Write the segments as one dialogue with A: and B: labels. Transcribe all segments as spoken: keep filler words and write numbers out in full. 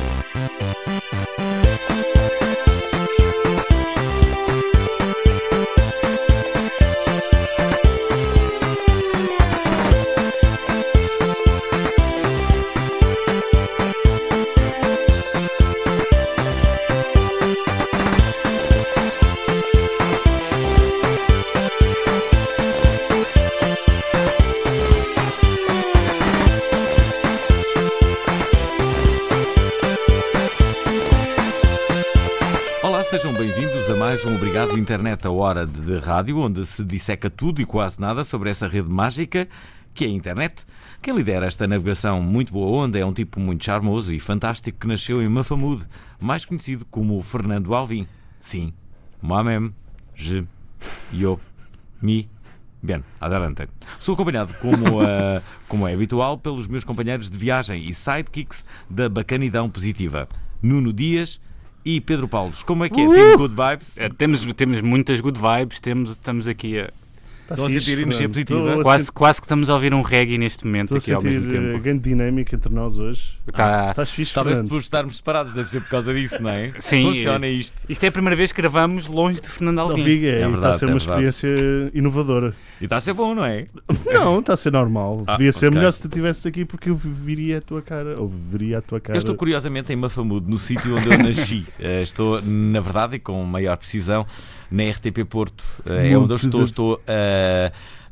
A: Sejam bem-vindos a mais um Obrigado Internet, a hora de rádio, onde se disseca tudo e quase nada sobre essa rede mágica que é a internet. Quem lidera esta navegação muito boa onda é um tipo muito charmoso e fantástico que nasceu em Mafamude, mais conhecido como Fernando Alvim. Sim, moi-même, je, yo, mi, bem, adelante. Sou acompanhado, como, uh, como é habitual, pelos meus companheiros de viagem e sidekicks da bacanidão positiva, Nuno Dias e Pedro Paulos. Como é que é? Uh! Team Good Vibes?
B: É, temos, temos muitas good vibes, temos, estamos aqui a...
A: Estão a sentir energia positiva?
B: Quase, quase que estamos a ouvir um reggae neste momento.
C: Estou
B: aqui
C: a sentir
B: ao mesmo tempo.
C: grande dinâmica entre nós hoje.
B: Tá.
C: Ah, estás fixe,
A: talvez
C: Fernando.
A: por estarmos separados, deve ser por causa disso, não é?
B: Sim.
A: Funciona isto.
B: Isto é a primeira vez que gravamos longe de Fernando Alvim.
C: Não, diga, é,
A: É
C: e
A: verdade,
C: está a ser
A: é
C: uma
A: verdade.
C: experiência inovadora.
A: E está a ser bom, não é?
C: Não, está a ser normal.
A: Ah,
C: Devia ser
A: ok.
C: melhor se tu estivesses aqui, porque eu viria a tua cara, ou veria a tua cara.
A: Eu estou curiosamente em Mafamude, no sítio onde eu nasci. Uh, estou, na verdade, e com maior precisão, na R T P Porto. Uh, é onde eu estou.
C: de-
A: Estou uh,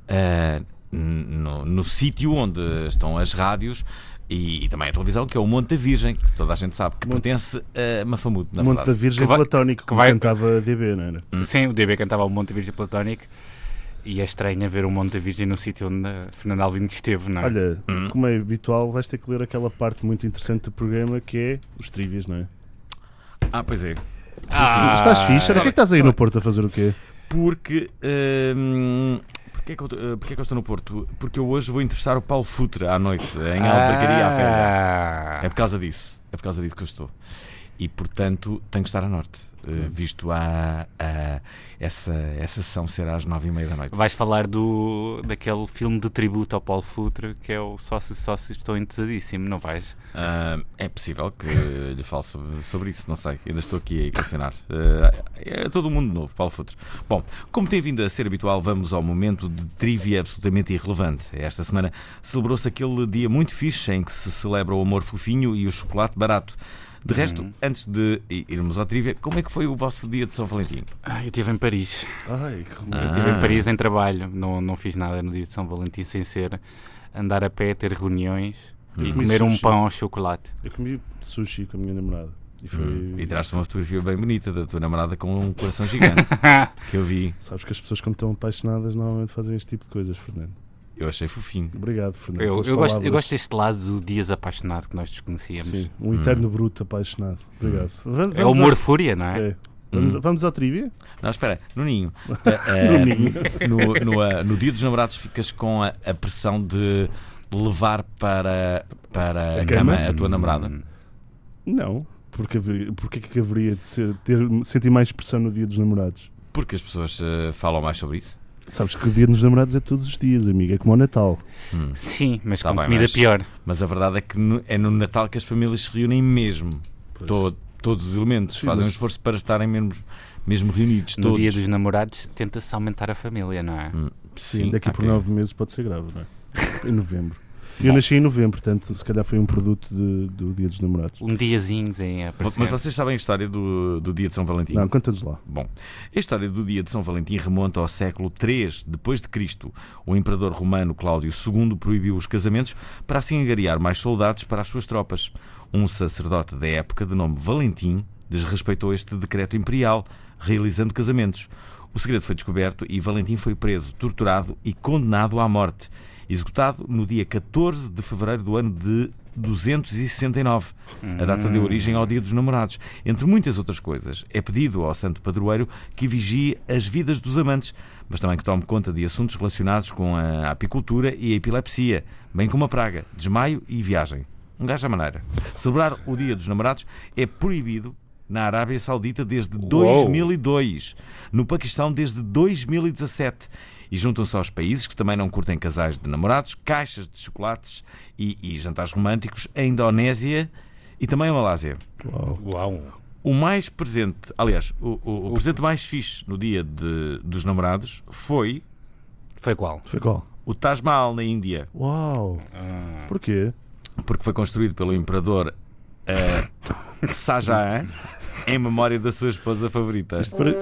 A: uh, no, no sítio onde estão as rádios e, e também a televisão, que é o Monte da Virgem, que toda a gente sabe que
C: Monte-
A: pertence a Mafamude, na
C: Monte da
A: verdade.
C: Virgem
B: Que vai-
C: Platónico,
B: que
C: que
B: vai-
C: cantava D B, não era?
B: Sim, o D B cantava o Monte Virgem Platónico e é estranho ver o Monte Virgem no sítio onde a Fernando Alvim esteve, não é?
C: Olha,
A: Hum.
C: como é habitual, vais ter que ler aquela parte muito interessante do programa, que é os trivias, não é?
A: Ah, pois é.
B: Ah,
C: Estás fixe? Olha, o que é que estás aí
A: sabe-
C: no Porto a fazer o quê?
A: Porque. hum, Porquê é, que eu, uh, porquê é que eu estou no Porto? Porque eu hoje vou entrevistar o Paulo Futre à noite, em Albergaria à Velha. É por causa disso. É por causa disso que eu estou. E, portanto, tenho que estar a norte, uh, visto a, a, essa, essa sessão ser às nove e meia da noite.
B: Vais falar do, daquele filme de tributo ao Paulo Futre, que é o Sócios Sócios, estou entesadíssimo, não vais?
A: Uh, é possível que lhe fale sobre, sobre isso, não sei. Ainda estou aqui a equacionar. Uh, é todo um mundo novo, Paulo Futre. Bom, como tem vindo a ser habitual, vamos ao momento de trivia absolutamente irrelevante. Esta semana celebrou-se aquele dia muito fixe em que se celebra o amor fofinho e o chocolate barato. De resto,
B: Hum.
A: antes de irmos ao trivia, como é que foi o vosso dia de São Valentim?
B: Ah, eu estive em Paris.
C: Ai, que romântico.
B: Eu estive em Paris em trabalho. Não, não fiz nada no dia de São Valentim sem ser andar a pé, ter reuniões e
C: Hum.
B: comer um
C: Sushi.
B: pão ao chocolate.
C: Eu comi sushi com a minha namorada. E foi...
A: Hum. E tiraste uma fotografia bem bonita da tua namorada com um coração gigante, que eu vi.
C: Sabes que as pessoas, quando estão apaixonadas, normalmente fazem este tipo de coisas, Fernando.
A: Eu achei fofinho.
C: Obrigado, Fernando.
B: Eu,
C: pelas
B: eu, gosto,
C: palavras.
B: eu gosto deste lado do Dias apaixonado que nós desconhecíamos.
C: Sim, um eterno bruto apaixonado. Obrigado. Vamos,
B: É o
C: vamos
B: humor
C: ao-
B: fúria, não é?
C: É. Vamos,
A: Hum.
C: vamos ao trivia?
A: Não, espera, no ninho.
C: No
A: Uh,
C: ninho.
A: no, no, uh, no dia dos namorados ficas com a, a pressão de levar para, para a
C: A
A: cama
C: cama?
A: a tua namorada.
B: Hum,
C: Não. Porque, haveria- porque é que haveria de ser, ter, sentir mais pressão no dia dos namorados?
A: Porque as pessoas uh, falam mais sobre isso.
C: Sabes que o dia dos namorados é todos os dias, amigo. É como o Natal.
A: Hum.
B: Sim, mas
A: Tá
B: com
A: bem,
B: comida
A: mas-
B: pior.
A: Mas a verdade é que no, é no Natal que as famílias se reúnem mesmo.
C: Pois.
A: To- todos os elementos
C: Sim,
A: fazem um
C: mas-
A: esforço para estarem mesmo, mesmo reunidos.
B: No
A: todos.
B: dia dos namorados tenta-se aumentar a família, não é?
A: Hum,
C: Sim, daqui por
A: ok.
C: nove meses pode ser grave, não é? Em novembro. Eu nasci em novembro, portanto, se calhar foi um produto de- do dia dos namorados.
B: Um diazinhos em aparecer.
A: Mas vocês sabem a história do, do dia de São Valentim?
C: Não, conta-nos lá.
A: Bom, a história do dia de São Valentim remonta ao século três depois de Cristo. O imperador romano Cláudio segundo proibiu os casamentos para assim angariar mais soldados para as suas tropas. Um sacerdote da época, de nome Valentim, desrespeitou este decreto imperial, realizando casamentos. O segredo foi descoberto e Valentim foi preso, torturado e condenado à morte, executado no dia catorze de fevereiro do ano de duzentos e sessenta e nove. A data deu origem ao Dia dos Namorados. Entre muitas outras coisas, é pedido ao santo padroeiro que vigie as vidas dos amantes, mas também que tome conta de assuntos relacionados com a apicultura e a epilepsia, bem como a praga, desmaio e viagem. Um gajo à maneira. Celebrar o Dia dos Namorados é proibido na Arábia Saudita desde dois mil e dois, no Paquistão desde dois mil e dezassete. E juntam-se aos países que também não curtem casais de namorados, caixas de chocolates e, e jantares românticos, a Indonésia e também a Malásia.
C: Uau.
B: Uau.
A: O mais presente, aliás, o, o, o presente mais fixe no dia de, dos namorados foi
B: Foi qual?
C: Foi qual?
A: o Taj Mahal na Índia,
C: Uau.
B: Ah.
C: Porquê?
A: porque foi construído pelo imperador uh, Shah Jahan em memória da sua esposa favorita.
C: Isto para...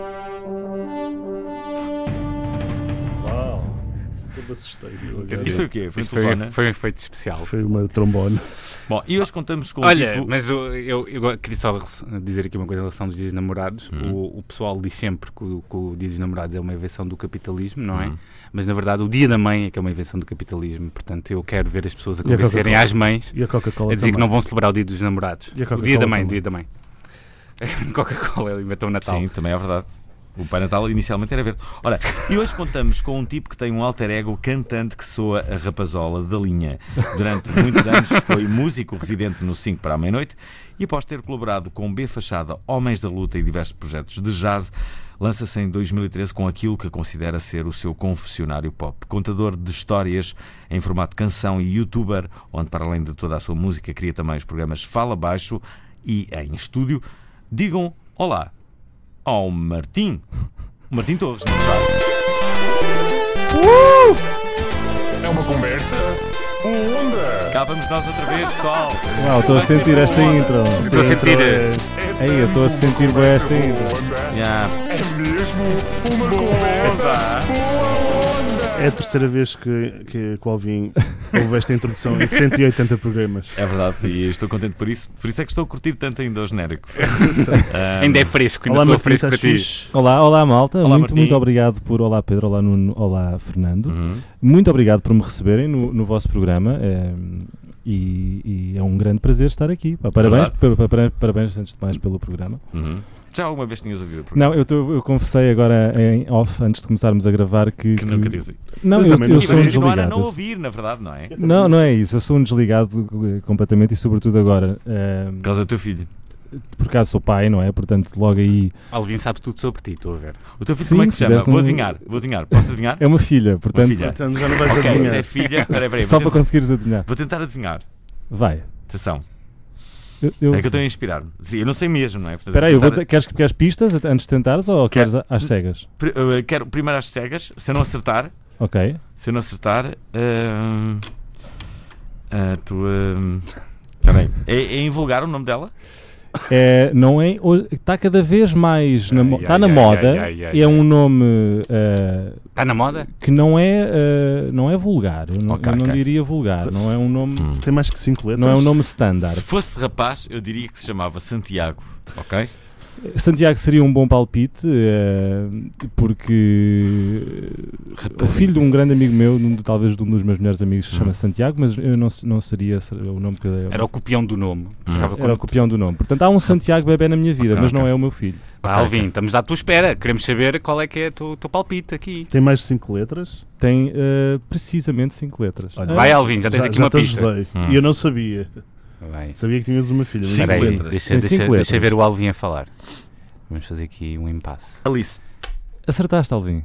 C: Uau. Estou me assustei. eu agora.
A: Isso foi o quê? Foi um
B: Isto
A: telefone,
B: foi,
A: né?
B: foi um efeito especial.
C: Foi uma trombone.
A: Bom, e hoje contamos com
B: Olha,
A: um tipo...
B: mas eu, eu, eu queria só dizer aqui uma coisa em relação dos dias namorados.
A: Uhum.
B: O, o pessoal diz sempre que o, que o dia dos namorados é uma invenção do capitalismo, não é?
A: Uhum.
B: Mas na verdade o dia da mãe é que é uma invenção do capitalismo. Portanto, eu quero ver as pessoas a
C: E a
B: convencerem
C: Coca-Cola?
B: às mães
C: E a Coca-Cola
B: a dizer
C: também.
B: que não vão celebrar o dia dos namorados.
C: E a
B: O
C: Coca-Cola
B: dia da mãe, o
C: também.
B: dia da mãe. Coca-Cola, ele inventou o Natal.
A: Sim, também é verdade. O Pai Natal inicialmente era verde. Ora, e hoje contamos com um tipo que tem um alter ego cantante que soa a rapazola da linha. Durante muitos anos foi músico residente no cinco para a meia-noite e após ter colaborado com B Fachada, Homens da Luta e diversos projetos de jazz, lança-se em dois mil e treze com aquilo que considera ser o seu confessionário pop. Contador de histórias em formato canção e youtuber, onde para além de toda a sua música cria também os programas Fala Baixo e em estúdio. Digam olá ao Martim. Martim Torres, na verdade.
D: É uma conversa boa onda.
A: Cá vamos nós outra vez, pessoal.
C: Uau, estou a
A: Vai ser
C: sentir esta
A: boa onda.
C: intro. Esta
B: Estou a
C: intro
B: sentir,
C: é- Ei, eu estou a sentir bem esta intro.
A: Yeah.
D: É mesmo uma conversa boa onda.
C: É a terceira vez que, que, que o Alvin ouve esta introdução em cento e oitenta programas.
A: É verdade, e estou contente por isso. Por isso é que estou a curtir tanto ainda o genérico. Um,
B: Ainda é fresco, ainda
C: Olá,
B: sou
C: Martim,
B: fresco
C: estás
B: para ti.
C: fixe?
E: Olá, olá malta,
A: Olá,
E: muito,
A: Martim.
E: muito obrigado por, olá Pedro, olá Nuno, olá Fernando,
A: Uhum.
E: muito obrigado por me receberem no, no vosso programa eh, e, e é um grande prazer estar aqui. Pá, parabéns, pa- pa- pa- parabéns antes de mais pelo programa.
A: Uhum. Já alguma vez tinhas ouvido o programa?
E: Não, eu, tô- eu confessei agora em off, antes de começarmos a gravar, que...
A: Que nunca dizem.
E: Não,
C: Eu
E: eu,
C: também
E: eu
C: não
A: E
E: sou
A: vais
E: um
A: continuar a
E: desligado.
A: não
E: eu-
A: ouvir, na verdade, não é? Por
E: Não, não é isso, eu sou um desligado eh, completamente e sobretudo agora. eh,
A: causa do teu filho.
E: por acaso sou pai, não é? Portanto, logo aí
B: Alvin sabe tudo sobre ti, estou a ver.
A: O teu filho
E: Sim,
A: como é que se chama?
E: fizeste
A: Vou
E: um-
A: adivinhar, vou adivinhar. Posso adivinhar?
E: é uma filha, portanto,
A: filha.
C: Portanto, já não vais
A: Ok, se
C: adivinhar.
A: é filha. Peraí, peraí,
E: só
A: vou,
E: para
A: tentar,
E: conseguires adivinhar.
A: vou tentar adivinhar.
E: Vai.
A: Atenção.
E: Eu, eu,
A: É que eu estou a inspirar-me. Sim, eu não sei mesmo, não é? Portanto,
E: Espera aí, eu
A: vou
E: vou
A: tentar-
E: te- queres, queres pistas antes de tentares ou queres a- às cegas?
A: Pri- uh, Quero primeiro às cegas. Se eu não acertar,
E: Ok.
A: se eu não acertar, hum, ah, tu. hum, Espera aí. É, é invulgar o nome dela?
E: É, não é, está cada vez mais na,
B: Ai,
E: mo-
B: ai,
E: tá na
B: ai,
E: moda
B: ai, ai, ai,
E: e é
B: ai.
E: um nome eh,
B: Está na moda?
E: que não é, eh, não é vulgar. Eu não,
A: Ok,
E: eu não
A: ok.
E: diria vulgar. Não é um nome,
C: Tem mais que cinco letras.
E: não é um nome standard.
A: Se fosse rapaz, eu diria que se chamava Santiago. Ok?
E: Santiago seria um bom palpite eh, porque o filho de um grande amigo meu, um, de- talvez de um dos meus melhores amigos, se chama Santiago, mas eu não, se- não seria o nome que eu
B: Era o copião do nome.
A: Hum.
B: Ficava
E: Era o
B: com-
E: copião do nome. Portanto, há um Santiago bebé na minha vida,
A: Ok,
E: mas não
A: ok.
E: é o meu filho.
B: Ah,
A: Ok,
B: Alvin,
A: ok.
B: estamos à tua espera. Queremos saber qual é que é o teu, teu palpite aqui.
C: Tem mais de cinco letras.
E: Tem eh, precisamente cinco letras.
C: Olha,
E: Ah,
B: Vai, Alvin, já tens aqui uma
C: te
B: pista.
C: ajudei.
A: Hum.
C: E eu não sabia.
B: Vai.
C: Sabia que tinhas uma filha. mas
A: Cinco
C: não
B: Espera aí,
C: sabia.
A: letras.
B: deixa,
E: Tem
B: deixa,
E: cinco
B: deixa
E: letras.
B: ver o Alvin a falar. Vamos fazer aqui um impasse.
A: Alice.
E: Acertaste, Alvin.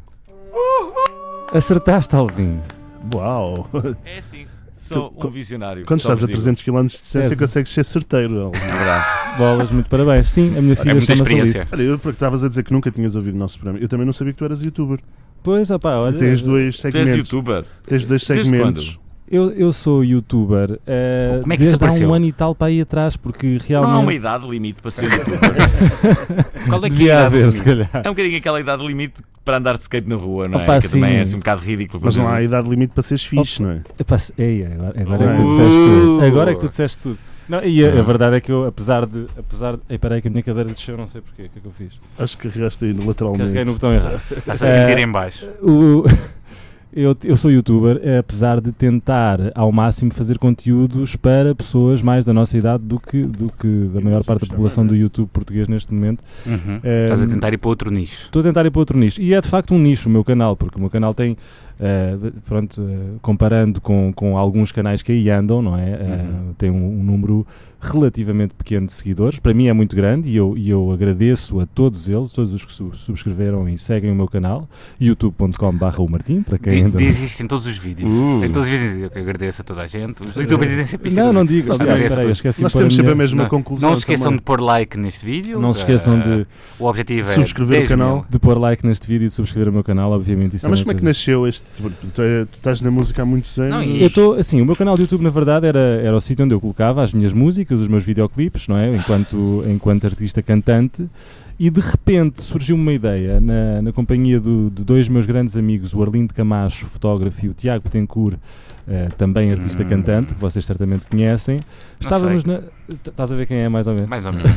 E: Acertaste, Alvin.
C: Uau!
A: É assim. Sou
C: Tu-
A: um visionário.
C: Quando
A: só
C: estás a
A: vos digo.
C: trezentos quilómetros de distância,
E: És.
C: consegues ser certeiro. Alvin.
A: É verdade.
E: Bolas, muito parabéns. Sim, a minha filha
B: muita
E: chama-se
B: experiência.
E: Alice.
C: Olha, eu porque estavas a dizer que nunca tinhas ouvido o nosso programa. Eu também não sabia que tu eras youtuber.
E: Pois, opá, olha.
C: Tens dois
A: Tu és
C: segmentos.
A: youtuber.
C: Tens dois
A: Desde
C: segmentos.
E: Eu, eu sou youtuber eh,
B: Como é que isso
E: desde há
B: apareceu?
E: um ano e tal para aí atrás, porque
A: Não há uma
E: realmente
A: idade limite para ser youtuber.
B: Qual é que é a
E: devia
B: idade
E: haver,
B: do
E: se
B: menino?
E: calhar.
A: É um bocadinho aquela idade limite para andar de skate na rua, não é?
E: Opa,
A: que também
E: sim.
A: é assim um bocado ridículo.
C: Mas
A: quando
C: não há
A: dizem-
C: idade limite para seres fixe, não é?
E: Epá, se- ei, agora, agora é que tu
C: Uh.
E: disseste tudo. Agora é que tu disseste tudo. Não, e a, a verdade é que eu, apesar de. Apesar de ei, peraí, que a minha cadeira desceu, não sei porquê. O que é que eu fiz?
C: Acho que carregaste aí lateralmente.
E: Carreguei no botão errado.
B: Está-se a sentir
E: Eh,
B: em baixo.
E: O- eu, eu sou youtuber, eh, apesar de tentar ao máximo fazer conteúdos para pessoas mais da nossa idade do que, do que da maior parte da população do YouTube português neste momento.
B: Uhum.
E: Eh,
B: Estás a tentar ir para outro nicho.
E: Estou a tentar ir para outro nicho. E é de facto um nicho o meu canal, porque o meu canal tem, eh, pronto, eh, comparando com, com alguns canais que aí andam, não é? Eh,
B: Uhum.
E: tem um, um número relativamente pequeno de seguidores. Para mim é muito grande e eu, e eu agradeço a todos eles, todos os que su- subscreveram e seguem o meu canal, youtube ponto com barra o Martim, para quem
B: Di-
E: ainda...
B: Diz isto em todos os vídeos.
C: Uh.
B: Em todos os vídeos dizem que eu agradeço a toda a gente. Os youtubers dizem sempre isto.
E: Não, não digo.
B: Nós
E: Aliás,
B: também
E: espera aí, eu
B: todos.
E: esqueci de
C: Nós
E: pôr
C: temos sempre a
E: minha-
C: mesma
B: Não,
C: conclusão.
B: não se esqueçam
C: também.
B: de pôr like neste vídeo.
E: Não se esqueçam
B: eh,
E: de,
B: O objetivo é
C: Subscrever o
B: dez
C: canal.
B: mil.
E: de pôr like neste vídeo e de subscrever o meu canal, obviamente. Isso
C: Ah, mas
E: é
C: como
E: uma
C: é que
E: coisa-
C: nasceu este. Tu, tu é- tu estás na música há muitos anos.
B: Não, e-
E: Eu estou, assim, o meu canal de YouTube na verdade era, era o sítio onde eu colocava as minhas músicas, os meus videoclipes, não é? Enquanto, enquanto artista cantante, e de repente surgiu uma ideia na, na companhia do, de dois meus grandes amigos, o Arlindo Camacho, fotógrafo, e o Tiago Betancourt, eh, também artista
B: Hum.
E: cantante, que vocês certamente conhecem. Estávamos na. Estás a ver quem é, mais ou menos?
B: Mais ou menos.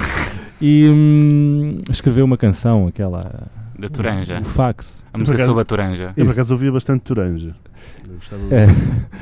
E: E hum, escreveu uma canção, aquela.
B: Da Toranja.
E: O fax.
B: A música
C: Por acaso-
B: sobre a Toranja.
C: Eu por acaso ouvia bastante Toranja. Eu gostava de-
E: É.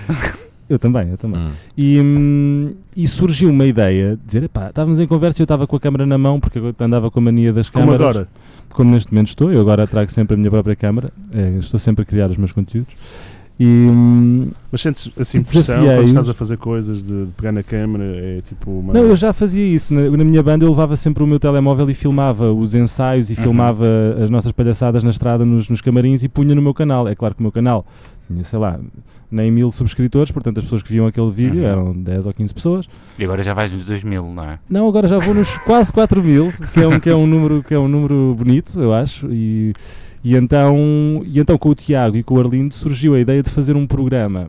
E: Eu também, eu também.
A: Hum.
E: E, hum, e surgiu uma ideia de dizer, epá, estávamos em conversa e eu estava com a câmara na mão porque eu andava com a mania das
C: Como
E: câmaras.
C: agora.
E: Como neste momento estou, eu agora trago sempre a minha própria câmara, é, estou sempre a criar os meus conteúdos. E hum,
C: Mas sentes assim pressão
E: Desafiei-os.
C: quando estás a fazer coisas de, de pegar na câmera? É tipo uma.
E: não, eu já fazia isso. Na, na minha banda eu levava sempre o meu telemóvel e filmava os ensaios e
B: Uhum.
E: filmava as nossas palhaçadas na estrada nos, nos camarins e punha no meu canal. É claro que o meu canal tinha, sei lá, nem mil subscritores, portanto as pessoas que viam aquele vídeo
B: Uhum.
E: eram dez ou quinze pessoas.
B: E agora já vais nos dois mil, não é?
E: Não, agora já vou nos quase quatro mil, que é um, que é um, número, que é um número bonito, eu acho. E, e, então, e então com o Tiago e com o Arlindo surgiu a ideia de fazer um programa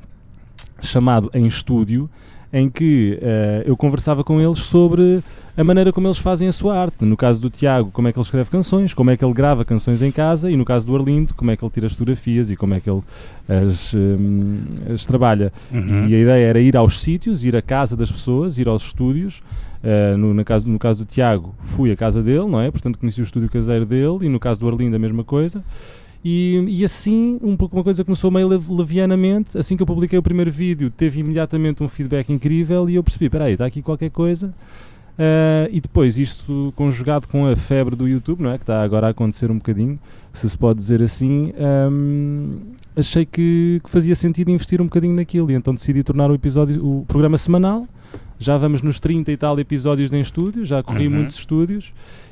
E: chamado Em Estúdio, em que eh, eu conversava com eles sobre a maneira como eles fazem a sua arte. No caso do Tiago, como é que ele escreve canções, como é que ele grava canções em casa, e no caso do Arlindo, como é que ele tira as fotografias e como é que ele as, hum, as trabalha.
B: Uhum.
E: E a ideia era ir aos sítios, ir à casa das pessoas, ir aos estúdios. Uh, no, na caso, no caso do Tiago, fui à casa dele, não é? Portanto, conheci o estúdio caseiro dele, e no caso do Arlindo, a mesma coisa. E, e assim, um pouco uma coisa começou meio lev- levianamente. Assim que eu publiquei o primeiro vídeo, teve imediatamente um feedback incrível e eu percebi, espera aí, está aqui qualquer coisa. Uh, e depois, isto conjugado com a febre do YouTube, não é? Que está agora a acontecer um bocadinho, se se pode dizer assim, um, achei que, que fazia sentido investir um bocadinho naquilo, e então decidi tornar o episódio, o programa semanal. Já vamos nos trinta e tal episódios em estúdio, já corri
B: Uhum.
E: muitos estúdios,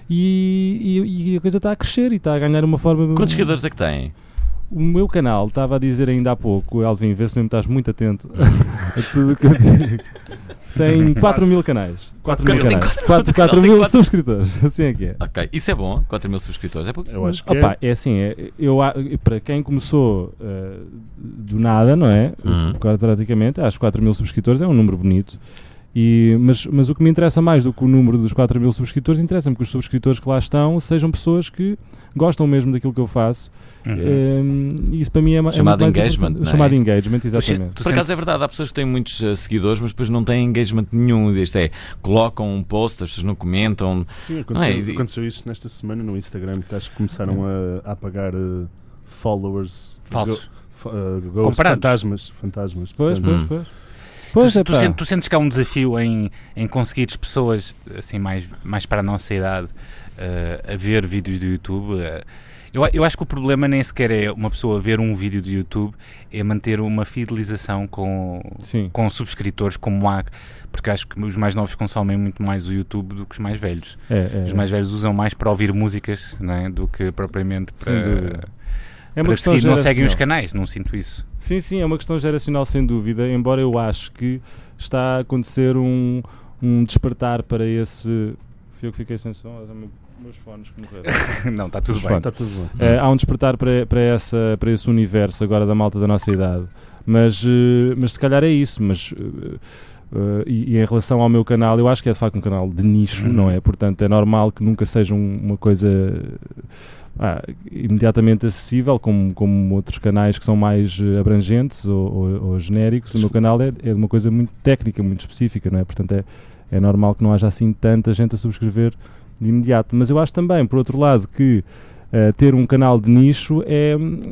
E: e, e, e a coisa está a crescer e está a ganhar uma forma...
A: Quantos seguidores é que tem?
E: O meu canal, estava a dizer ainda há pouco, Alvin, vê se mesmo estás muito atento a tudo o que eu digo. Tem quatro mil canais. quatro mil
A: Tem
E: canais.
A: quatro-
E: quatro
A: tem quatro-
E: mil subscritores. Assim é que é.
A: Ok, isso é bom, quatro mil subscritores. É pouco.
C: Eu acho que
E: Opa, é assim, é, eu, a- para quem começou uh, do nada, não é?
A: Uhum.
E: Agora, praticamente, acho que quatro mil subscritores é um número bonito. E, mas, mas o que me interessa mais do que o número dos quatro mil subscritores, interessa-me que os subscritores que lá estão sejam pessoas que gostam mesmo daquilo que eu faço.
B: Uhum.
E: Um, e isso para mim é, ma- é
A: Chamado
E: muito mais
A: engagement,
E: importante.
A: não é?
E: Chamado engagement, exatamente.
B: Tu
A: Por acaso
B: sentes-
A: é verdade, há pessoas que têm muitos uh, seguidores, mas depois não têm engagement nenhum. Isto é, colocam um post, as pessoas não comentam.
C: Sim, aconteceu,
A: Não é?
C: aconteceu isso nesta semana no Instagram, que acho que começaram a, a apagar uh, followers
B: Falsos.
C: go- fa- uh, ghosts,
B: Comprados.
C: fantasmas, fantasmas.
E: Pois,
C: portanto,
E: pois, pois. Pois
B: tu,
E: é,
B: tu,
E: pá.
B: sen- tu sentes que há um desafio em, em conseguires pessoas assim, mais, mais para a nossa idade uh, a ver vídeos do YouTube? Uh, eu, a- eu acho que o problema nem sequer é uma pessoa ver um vídeo do YouTube, é manter uma fidelização com,
E: Sim.
B: com subscritores como há, porque acho que os mais novos consomem muito mais o YouTube do que os mais velhos.
E: É, é,
B: Os mais velhos usam mais para ouvir músicas, não é, do que propriamente
E: Sem
B: para,
E: dúvida. É uma
B: para
E: questão
B: seguir. Não seguem os
E: geracional.
B: canais, não sinto isso.
E: Sim, sim, é uma questão geracional sem dúvida, embora eu acho que está a acontecer um, um despertar para esse... Fui eu que fiquei sem som, os meus fones que morreram.
B: Não, está tudo
E: Os
B: bem.
E: fones.
C: está tudo bem.
E: Eh, há um despertar para, para, essa, para esse universo agora da malta da nossa idade, mas, eh, mas se calhar é isso, mas... eh, eh, e, e em relação ao meu canal, eu acho que é de facto um canal de nicho,
B: Uhum.
E: não é? Portanto, é normal que nunca seja um- uma coisa ah, imediatamente acessível, como, como outros canais que são mais eh, abrangentes ou, ou- ou genéricos. O meu canal é, é de uma coisa muito técnica, muito específica, não é? Portanto, é, é normal que não haja assim tanta gente a subscrever de imediato. Mas eu acho também, por outro lado, que Uh, ter um canal de nicho é,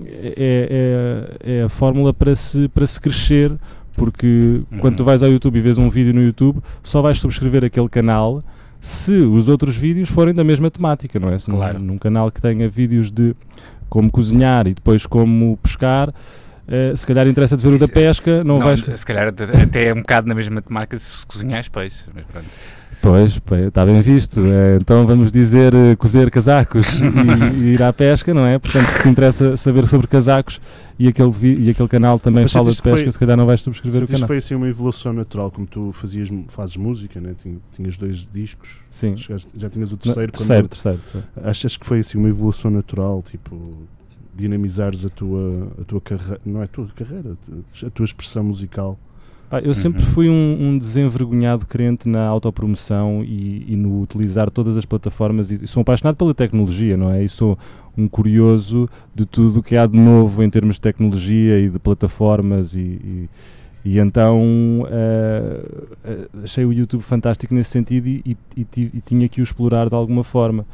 E: é, é, é a fórmula para se, para se crescer, porque
B: Uhum.
E: quando tu vais ao YouTube e vês um vídeo no YouTube, só vais subscrever aquele canal se os outros vídeos forem da mesma temática, não é? Se num-
B: Claro.
E: num canal que tenha vídeos de como cozinhar e depois como pescar, Uh, se calhar interessa-te ver o da pesca, não,
B: Não,
E: vais...
B: se calhar até até é um bocado na mesma temática se cozinhar peixes, mas pronto.
E: Pois, está bem visto. Uh, então vamos dizer uh, cozer casacos e, e ir à pesca, não é? Portanto, se te interessa saber sobre casacos e aquele, vi- e aquele canal também
C: Mas
E: fala de
C: sentiste que
E: pesca,
C: foi-
E: se calhar não vais subscrever o
C: Isto
E: canal.
C: foi assim uma evolução natural, como tu fazias, fazes música, né? Tin- tinhas dois discos,
E: Sim.
C: chegaste- já tinhas o
E: Não,
C: terceiro. quando-
E: terceiro, terceiro, terceiro.
C: Achas que foi assim uma evolução natural, tipo, dinamizares a tua, a tua carreira, não é a tua carreira, a tua expressão musical?
E: Pá, eu sempre
B: Uhum.
E: fui um, um desenvergonhado crente na autopromoção e, e no utilizar todas as plataformas e, e sou apaixonado pela tecnologia, não é? E sou um curioso de tudo o que há de novo em termos de tecnologia e de plataformas e, e, e então eh, eh, achei o YouTube fantástico nesse sentido e, e, e ti- e tinha que o explorar de alguma forma.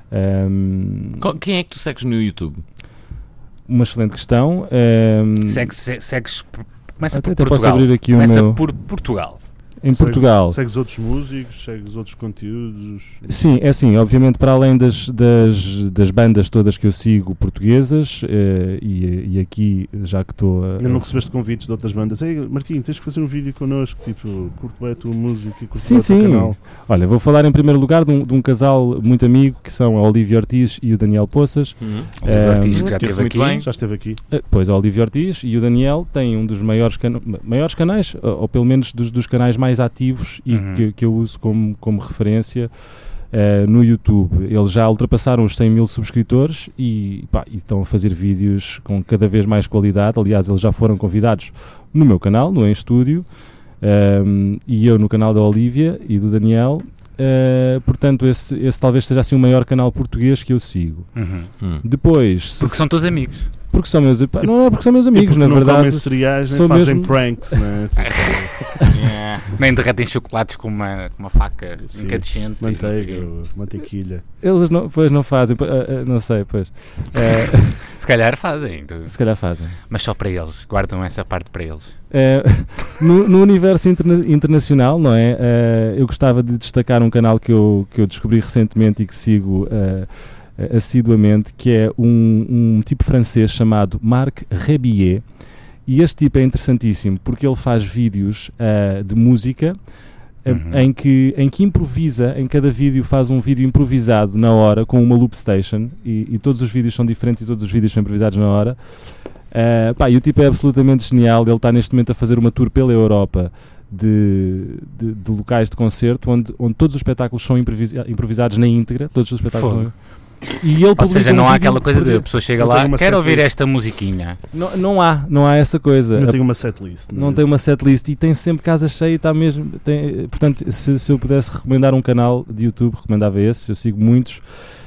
E: Ahm,
A: Co- Quem é que tu segues no YouTube?
E: uma excelente questão. Ahm,
B: Segues, se- segues por- começa
E: até
B: por
E: até posso
B: Portugal.
E: abrir aqui o
B: Começa
E: meu...
B: por Portugal.
E: Em
C: Segues-
E: Portugal.
C: Segues outros músicos, segues outros conteúdos?
E: Sim, é assim, obviamente para além das, das, das bandas todas que eu sigo portuguesas eh, e, e aqui, já que estou a...
C: Ainda não recebeste convites de outras bandas? Ei, Martim, tens que fazer um vídeo connosco, tipo, curto bem a tua música e curto
E: Sim,
C: bem o teu
E: sim.
C: canal.
E: Olha, vou falar em primeiro lugar de um, de um casal muito amigo, que são a Olívia Ortiz e o Daniel Poças.
A: Uhum.
B: Oliver
E: Ehm,
B: Ortiz, que já
A: conheço
B: esteve
A: muito
B: aqui.
A: bem.
C: Já esteve aqui.
E: Eh, Pois, a Olívia Ortiz e o Daniel têm um dos maiores, cana- maiores canais, ou, ou pelo menos dos, dos canais mais ativos e
B: Uhum.
E: que, que eu uso como, como referência eh, no YouTube. Eles já ultrapassaram os cem mil subscritores e, pá, e estão a fazer vídeos com cada vez mais qualidade. Aliás, eles já foram convidados no meu canal, no Em Estúdio, ehm, e eu no canal da Olívia e do Daniel. Eh, portanto, esse, esse talvez seja assim o maior canal português que eu sigo.
B: Uhum.
A: Hum.
E: Depois, se-
B: Porque são todos amigos.
E: porque são meus, pá, não é porque são meus
C: E
E: amigos,
C: porque
E: na
C: não
E: verdade.
C: comem cereais, nem
E: são
C: fazem
E: mesmo-
C: pranks, né?
B: Nem derretem chocolates com uma, com uma faca
C: Sim.
B: incandescente. e não sei o
C: Manteiga,
B: quê.
C: mantequilha.
E: Eles não, pois não fazem, po- ah, ah, não sei, pois. Eh,
B: Se calhar fazem,
E: se calhar fazem.
B: mas só para eles. Guardam essa parte para eles.
E: Eh, no, no universo interna- internacional, não é? Eh, eu gostava de destacar um canal que eu, que eu descobri recentemente e que sigo eh, eh, assiduamente, que é um, um tipo francês chamado Marc Rebillet. E este tipo é interessantíssimo porque ele faz vídeos eh, de música eh,
B: Uhum.
E: em, que, em que improvisa, em cada vídeo faz um vídeo improvisado na hora com uma loop station e, e todos os vídeos são diferentes e todos os vídeos são improvisados na hora. Uh, pá, e o tipo é absolutamente genial. Ele está neste momento a fazer uma tour pela Europa de, de, de locais de concerto onde, onde todos os espetáculos são improvisa- improvisados na íntegra. Todos os espetáculos
B: Fogo.
E: são... E ele
B: Ou
E: publica
B: seja,
E: um
B: não há
E: vídeo
B: aquela coisa
E: por
B: de
E: dia.
B: a pessoa chega
C: Não
B: lá,
C: tem uma
B: quero ouvir
C: setlist.
B: esta musiquinha.
E: Não, não há, não há essa coisa.
C: Não
E: A-
C: tem uma setlist.
E: não tem uma setlist e tem sempre casa cheia e está mesmo. Tem, portanto, se, se eu pudesse recomendar um canal de YouTube, recomendava esse. Eu sigo muitos.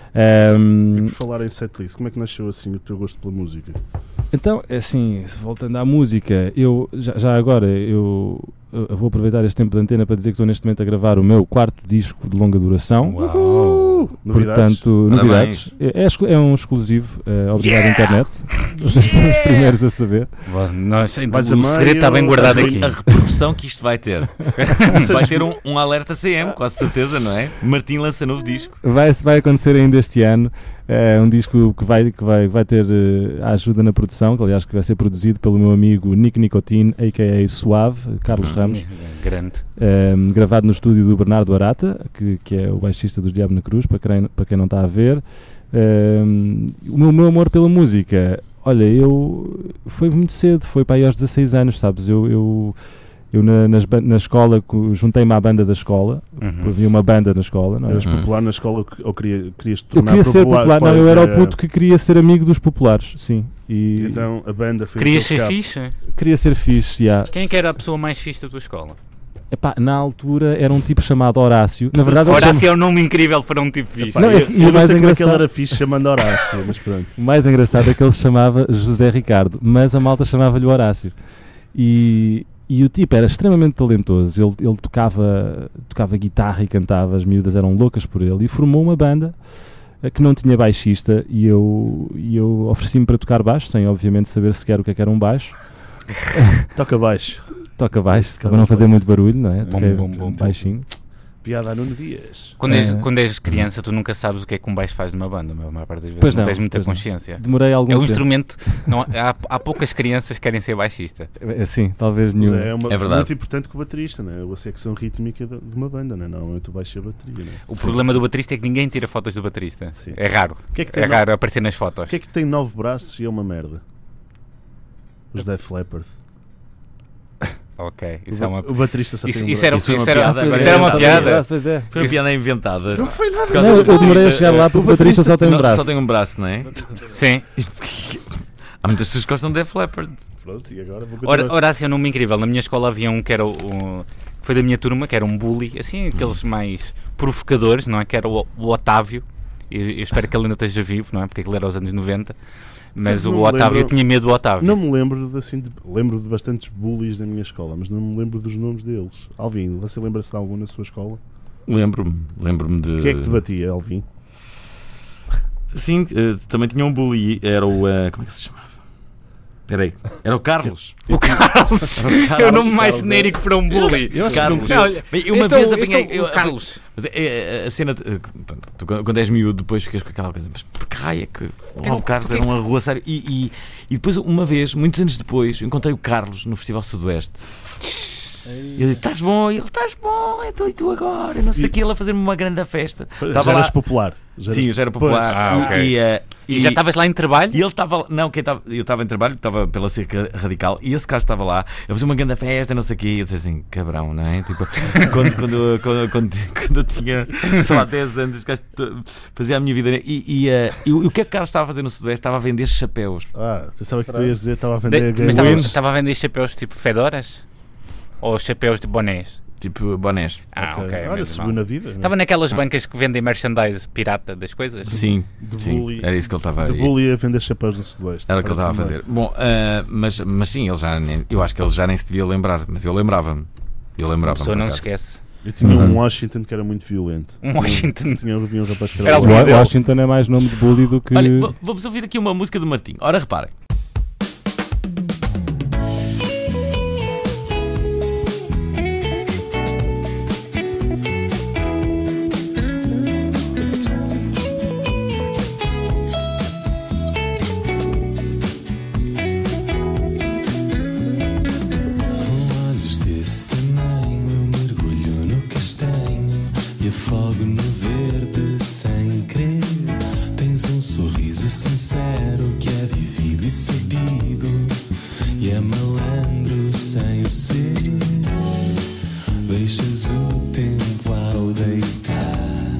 E: Um,
C: Por falar em setlist, como é que nasceu assim o teu gosto pela música?
E: Então, é assim, voltando à música, eu já, já agora eu, eu vou aproveitar este tempo de antena para dizer que estou neste momento a gravar o meu quarto disco de longa duração.
B: Uau!
C: Novidades?
E: Portanto,
A: Parabéns.
E: novidades. É, é exclu- é um exclusivo, eh, obrigado internet. Vocês são os primeiros a saber.
B: Bom, nós,
C: Vais a
B: o segredo está bem
C: meio,
B: guardado
C: vais
B: aqui.
A: A repercussão que isto vai ter. Vai ter um, um alerta C M, quase certeza, não é? Martim lança novo disco.
E: Vai, vai acontecer ainda este ano. É um disco que vai, que vai, vai ter eh, a ajuda na produção, que aliás que vai ser produzido pelo meu amigo Nick Nicotine, a k a. Suave, Carlos
A: Uhum.
E: Ramos.
B: Grande.
E: Um, gravado no estúdio do Bernardo Arata, que, que é o baixista dos Diabo na Cruz, para quem, para quem não está a ver. Um, o meu, meu amor pela música, olha, eu foi muito cedo, foi para aí aos dezasseis anos, sabes? Eu, eu, eu na, nas ban- na escola co- juntei-me à banda da escola,
B: Uhum.
E: havia uma banda na escola, não é?
C: Eras
A: Uhum.
C: popular na escola ou queria, querias te
E: Eu
C: tornar
E: queria ser popular, não, eu
C: Pois,
E: era o
C: é,
E: puto que queria ser amigo dos populares, sim. E
C: Então a banda foi o
B: Querias
C: teu
B: ser
C: escape.
B: fixe?
E: queria ser fixe, yeah.
B: Quem é que era a pessoa mais fixe da tua escola?
E: Epá, na altura era um tipo chamado Horácio. Na verdade, ele
B: Horácio é um nome incrível para um tipo fixe.
C: Epá,
E: Não,
C: eu,
E: e- e
C: eu
E: o
C: não
E: mais
C: sei como é que ele
E: engraçado-
C: era fixe chamando Horácio, mas pronto.
E: O mais engraçado é que ele se chamava José Ricardo, mas a malta chamava-lhe Horácio. E, e o tipo era extremamente talentoso. Ele, ele tocava, tocava guitarra e cantava, as miúdas eram loucas por ele. E formou uma banda eh, que não tinha baixista. E eu, e eu ofereci-me para tocar baixo, sem obviamente saber sequer o que é que era um baixo.
C: Toca baixo.
E: Toca baixo, para não fazer muito barulho, não é?
B: Bom,
E: Toquei
B: bom, bom, bom.
E: baixinho.
C: Piada a Nuno Dias.
B: Quando, és,
E: É.
B: quando és criança, tu nunca sabes o que é que um baixo faz numa banda, a maior parte das vezes.
E: Pois
B: não,
E: não,
B: tens muita
E: pois não.
B: consciência.
E: Demorei algum
B: É um
E: tempo.
B: instrumento. Não, há, há poucas crianças que querem ser baixista.
E: É, sim, talvez
C: Mas
E: nenhum.
C: é, uma,
A: É verdade.
C: muito importante que o baterista, né? A secção rítmica de de uma banda, né? Normalmente tu baixas a bateria, né?
B: O problema do baterista é que ninguém tira fotos do baterista.
C: Sim.
B: É raro.
C: O que é que tem,
B: É
C: no-
B: raro aparecer nas fotos.
C: o que é que tem nove braços e é uma merda? Os Def Leppard.
B: Ok, isso
C: o,
B: é uma.
C: o baterista só
B: Isso,
C: tem um
B: isso era,
A: Isso é uma
B: isso era,
A: piada,
B: isso
A: agora
B: era
A: é
B: uma
A: inventada.
B: piada.
E: Pois é.
A: Foi uma
B: Isso-
A: piada inventada.
C: Não foi nada.
A: Por causa
E: Não,
A: do
E: eu demorei a
A: baterista,
E: chegar lá
A: eh,
E: porque o baterista só tem um
A: não,
E: braço.
A: Só tem um braço, não é?
B: Sim.
A: Há muitas pessoas que gostam de Def Leppard.
C: Pronto, e agora vou continuar.
B: Ora, Horácio é um nome incrível. Na minha escola havia um que era o, o- foi da minha turma, que era um bully, assim, aqueles mais provocadores, não é? Que era o, o Otávio. Eu, eu espero que ele ainda esteja vivo, não é? Porque aquilo era aos anos noventa. Mas
C: Mas não
B: o
C: me
B: Otávio,
C: lembro-
B: eu tinha medo do Otávio.
C: Não me lembro de, assim, de, lembro de bastantes bullies da minha escola, mas não me lembro dos nomes deles. Alvin, você lembra-se de algum na sua escola?
A: Lembro-me, lembro-me de.
C: Quem é que te batia, Alvin?
A: Sim, eh, também tinha um bully, era o. eh, como é que se chamava? Espera aí, era o Carlos.
B: O Carlos.
A: Era o
B: É o
A: Carlos.
B: nome mais
C: Carlos,
B: genérico para um bully.
C: Eu acho
A: Carlos.
C: que
B: Não, olha,
A: Bem, eu uma
B: este é o-
A: vez
B: este é o-
A: apanhei.
B: o
A: eu-
B: Carlos.
A: Mas é, é, a cena. eh, pronto, tu, quando quando és miúdo, depois ficas com aquela coisa. Mas por que raio é que.
B: Era
A: o
B: o-
A: Carlos
B: porque-
A: era um arruaçário. E, e, e depois, uma vez, muitos anos depois, encontrei o Carlos no Festival Sudoeste. E eu disse: estás bom? E ele: estás bom? Então e tu agora? E não sei o
C: E-
A: que, ele a fazer-me uma grande festa.
C: Já
A: Estava
C: eras
A: lá.
C: popular. Já
A: Sim, eu
C: eras-
A: já era
C: Pois.
A: popular.
B: Ah,
A: e,
B: ok.
A: e, eh,
B: E já estavas lá em trabalho?
A: E ele estava. Não, quem estava. Eu estava em trabalho, estava pela Cerca Radical, e esse gajo estava lá a fazer uma grande festa, não sei o quê. E eu disse assim: cabrão, não é? Tipo, quando, quando, quando, quando, quando eu tinha, sei lá, dez anos, os gajos t- fazia a minha vida. E, e, eh, e o e o que é que o Carlos estava a fazer no Sudoeste? Estava a vender chapéus.
C: Ah, pensava que tu ias dizer estava a
B: De-
C: vender
B: mas estava,
C: games.
B: estava a vender chapéus tipo fedoras? Ou chapéus de bonés?
A: Tipo, bonés.
B: Ah, ok.
C: Olha,
B: menos
C: segundo
B: mal.
C: na vida. né?
B: Estava naquelas bancas que vendem merchandise pirata das coisas?
A: Sim,
C: De
A: sim.
C: bully-
A: Era isso que ele estava a
C: De bully a vender chapéus no Sudoeste.
A: Era o que ele estava a
C: Parece-me
A: fazer. Bom, eh, mas, mas sim, ele já nem, eu acho que ele já nem se devia lembrar, mas eu lembrava-me. Eu
B: A
A: lembrava-me.
B: pessoa
A: por
B: não se
A: acaso.
B: esquece.
C: bem. Eu tinha
A: Uhum.
C: um Washington que era muito violento.
B: Um Washington.
C: Tinha, havia um rapaz que
B: Era
C: era
B: o
E: O
C: violento.
B: Bidel.
E: Washington é mais nome de bully do que.
A: Olha, v- vamos ouvir aqui uma música do Martim. Ora, reparem.
F: Com olhos desse tamanho eu mergulho no castanho e afogo no verde sem querer. Tens um sorriso sincero que é vivido e sabido e é malandro sem o ser. Deixas o tempo ao deitar.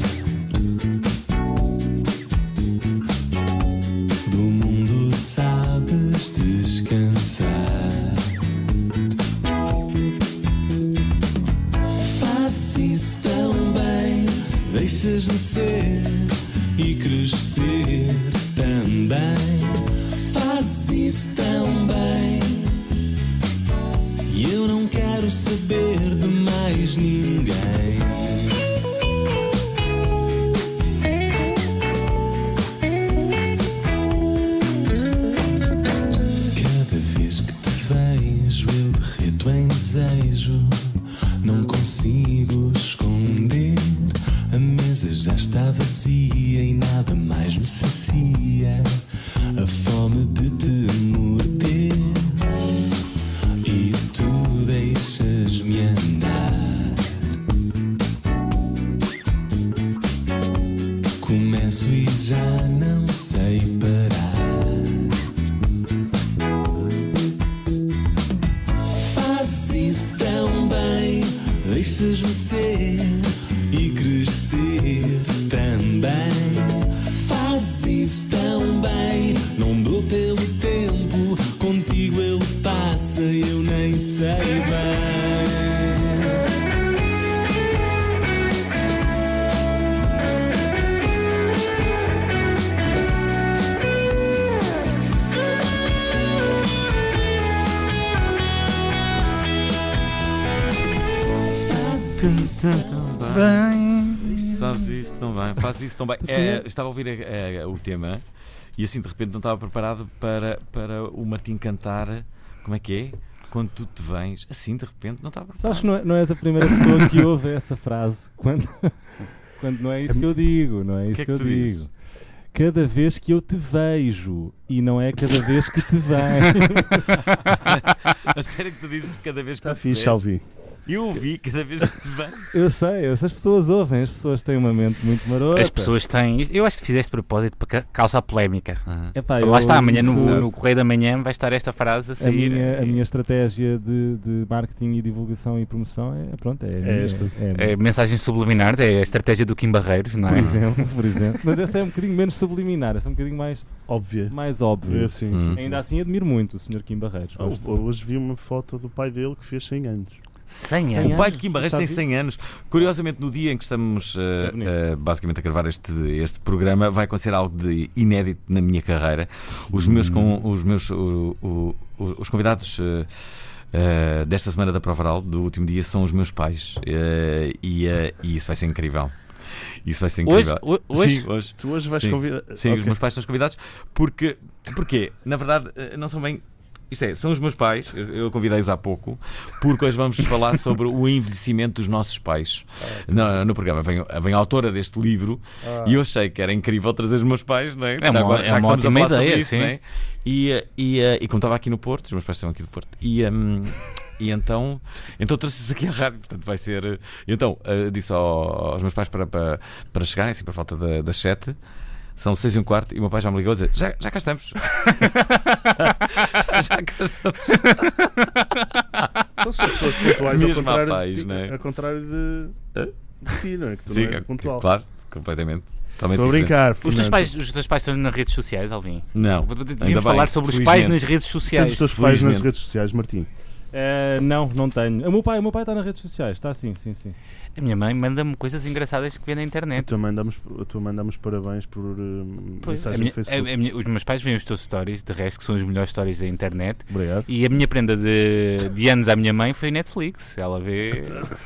F: Do mundo sabes descansar. Faço isso tão bem, deixas-me ser e crescer também. Faço isso tão bem e eu não quero saber de mais ninguém. Cada vez que te vejo eu derreto em desejo. Não consigo esconder. A mesa já está vazia e nada mais me sacia. A fome de te morder. E tu deixas-me andar. Começo e já não sei parar. Faz isso tão bem, deixas-me ser e crescer também. Faz isso tão bem, não dou pelo tempo, contigo ele passa, eu nem sei bem. Faz isso tão bem.
A: Sabes isso tão bem, faz isso tão bem. É, estava a ouvir é, é, o tema e assim de repente não estava preparado para, para o Martim cantar. Como é que é? quando tu te vens, assim de repente, não está preparado.
E: Sabes que não, é, não és a primeira pessoa que ouve essa frase quando, quando não é isso que eu digo, não é isso
A: que é
E: que,
A: que
E: eu
A: tu
E: digo.
A: dizes?
E: Cada vez que eu te vejo e não é cada vez que te vens.
A: A sério que tu dizes cada vez que
C: Está
A: tu te
C: fixe,
A: vês?
C: Alvi.
A: Eu ouvi cada vez que te vens.
E: Eu sei, eu sei, as pessoas ouvem, as pessoas têm uma mente muito marota.
B: As pessoas têm. Eu acho que fizeste de propósito para ca- causar polémica.
A: Aham.
E: Epá,
B: Lá
E: eu-
B: está, amanhã no,
E: isso-
B: no Correio da Manhã vai estar esta frase a
E: a
B: sair.
E: minha, a minha estratégia de, de marketing e divulgação e promoção é, pronto, é, a minha,
C: esta.
E: é a
B: É, mensagens subliminares, é a estratégia do Kim Barreiros, não é?
E: por exemplo, por exemplo. Mas essa é um bocadinho menos subliminar, essa é um bocadinho mais,
C: Óbvia.
E: mais óbvio.
C: É, sim,
A: Hum.
C: sim, sim.
E: Ainda assim admiro muito o senhor Kim Barreiros.
C: Ah,
E: Gosto.
C: Hoje vi uma foto do pai dele que fez cem anos.
B: cem
E: Cem
B: anos.
A: O pai de Kim Barreiros
E: Já
A: tem
E: vi.
A: cem anos. Curiosamente, no dia em que estamos uh,
E: é bonito.
A: uh, basicamente a gravar este, este programa, vai acontecer algo de inédito na minha carreira. Os meus, com, os, meus o- o- o- os convidados uh, uh, desta semana da Prova Oral, do último dia, são os meus pais. Uh, e, uh, e isso vai ser incrível. Isso vai ser
B: Hoje?
A: incrível.
B: Ho- hoje?
A: Sim, hoje.
C: Tu hoje vais
A: Sim.
C: convidar.
A: Sim,
C: Ok.
A: os meus pais são os convidados. Porque, porque na verdade, eh, não são bem. Isto é, são os meus pais, eu, eu convidei-os há pouco, porque hoje vamos falar sobre o envelhecimento dos nossos pais. No, no programa vem, vem a autora deste livro
C: Ah.
A: e eu achei que era incrível trazer os meus pais, não é?
B: É uma-
A: agora,
B: é
A: já que
B: uma
A: estamos a
B: ótima
A: falar sobre
B: ideia,
A: isso,
B: sim.
A: não é? E, eh, e, eh, e como estava aqui no Porto, os meus pais estão aqui do Porto, e, hum, e então, então trouxe-os aqui à rádio, portanto vai ser. eh, Então, eh, disse ao- aos meus pais para, para, para chegarem, assim, para falta da- das sete. São seis e um quarto e o meu pai já me ligou a dizer: Já, já cá estamos. já, já cá estamos.
C: Então são pessoas pontuais ao
A: Mesmo há
C: contrário,
A: pais,
C: de,
A: não é?
C: ao contrário de, de ti, não é? Que tu
A: Sim,
C: não és
A: é-
C: pontual.
A: claro, completamente. Totalmente
C: Estou a
A: diferente.
C: brincar.
B: Os teus,
C: Fernando.
B: pais, os teus pais estão nas redes sociais, Alvin?
A: Não,
B: Devíamos
A: ainda
B: falar
A: bem,
B: sobre os
A: felizmente.
B: pais nas redes
C: Tens
B: sociais.
C: os teus pais nas
A: felizmente.
C: redes sociais, Martim.
E: Eh, não, não tenho. O meu pai, o meu pai está nas redes sociais, está sim, sim, sim.
B: A minha mãe manda-me coisas engraçadas que vê na
C: A
B: internet.
C: tua mãe dá-nos a tua mãe dá-nos parabéns por uh,
B: Pois, a
C: mensagem
B: minha-
C: no Facebook.
B: a- a minha- os meus pais veem os teus stories, de resto, que são os melhores stories da internet.
C: Obrigado.
B: E a minha prenda de, de anos à minha mãe foi Netflix. Ela vê.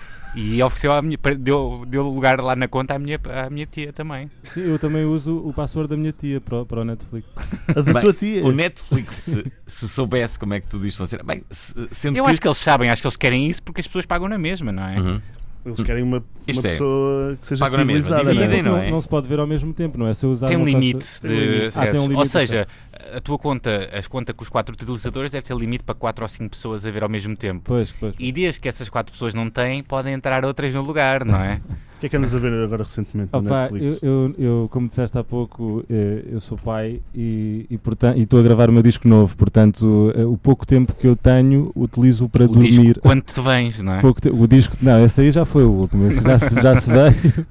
B: E ofereceu à minha, deu, deu lugar lá na conta à minha, à minha tia também.
E: Sim, eu também uso o password da minha tia para, o- para o Netflix.
C: A da
A: Bem,
C: tua tia.
A: O Netflix, se, se soubesse como é que tudo isto funciona, bem, se- sendo
B: Eu
A: que.
B: acho que eles sabem, acho que eles querem isso porque as pessoas pagam na mesma, não é?
A: Uhum.
C: Eles querem uma, uma
A: Isto é,
C: pessoa que seja
A: pagam na mesma,
C: fidelizada, não é?
A: dividem, não
E: não,
A: é?
E: não se pode ver ao mesmo tempo, não é? Se eu usar
B: Tem um
E: uma
B: limite
E: pasta-
B: de
C: Tem um limite.
B: acessos.
E: Ah, tem um limite
B: Ou
E: de
B: seja, a tua conta, as contas com os quatro utilizadores deve ter limite para quatro ou cinco pessoas a ver ao mesmo tempo.
E: Pois, pois.
B: E desde que essas quatro pessoas não têm, podem entrar outras no lugar, não é?
C: O que é que andas a ver agora recentemente no
E: Opa,
C: Netflix?
E: eu, eu, eu, como disseste há pouco, eh, eu sou pai e e, portanto, e estou a gravar o meu disco novo, portanto, eh, o pouco tempo que eu tenho utilizo para
B: O
E: dormir.
B: disco, quando te vens, não é?
E: Pouco te- o disco, não, esse aí já foi o último, esse já se, já se veio,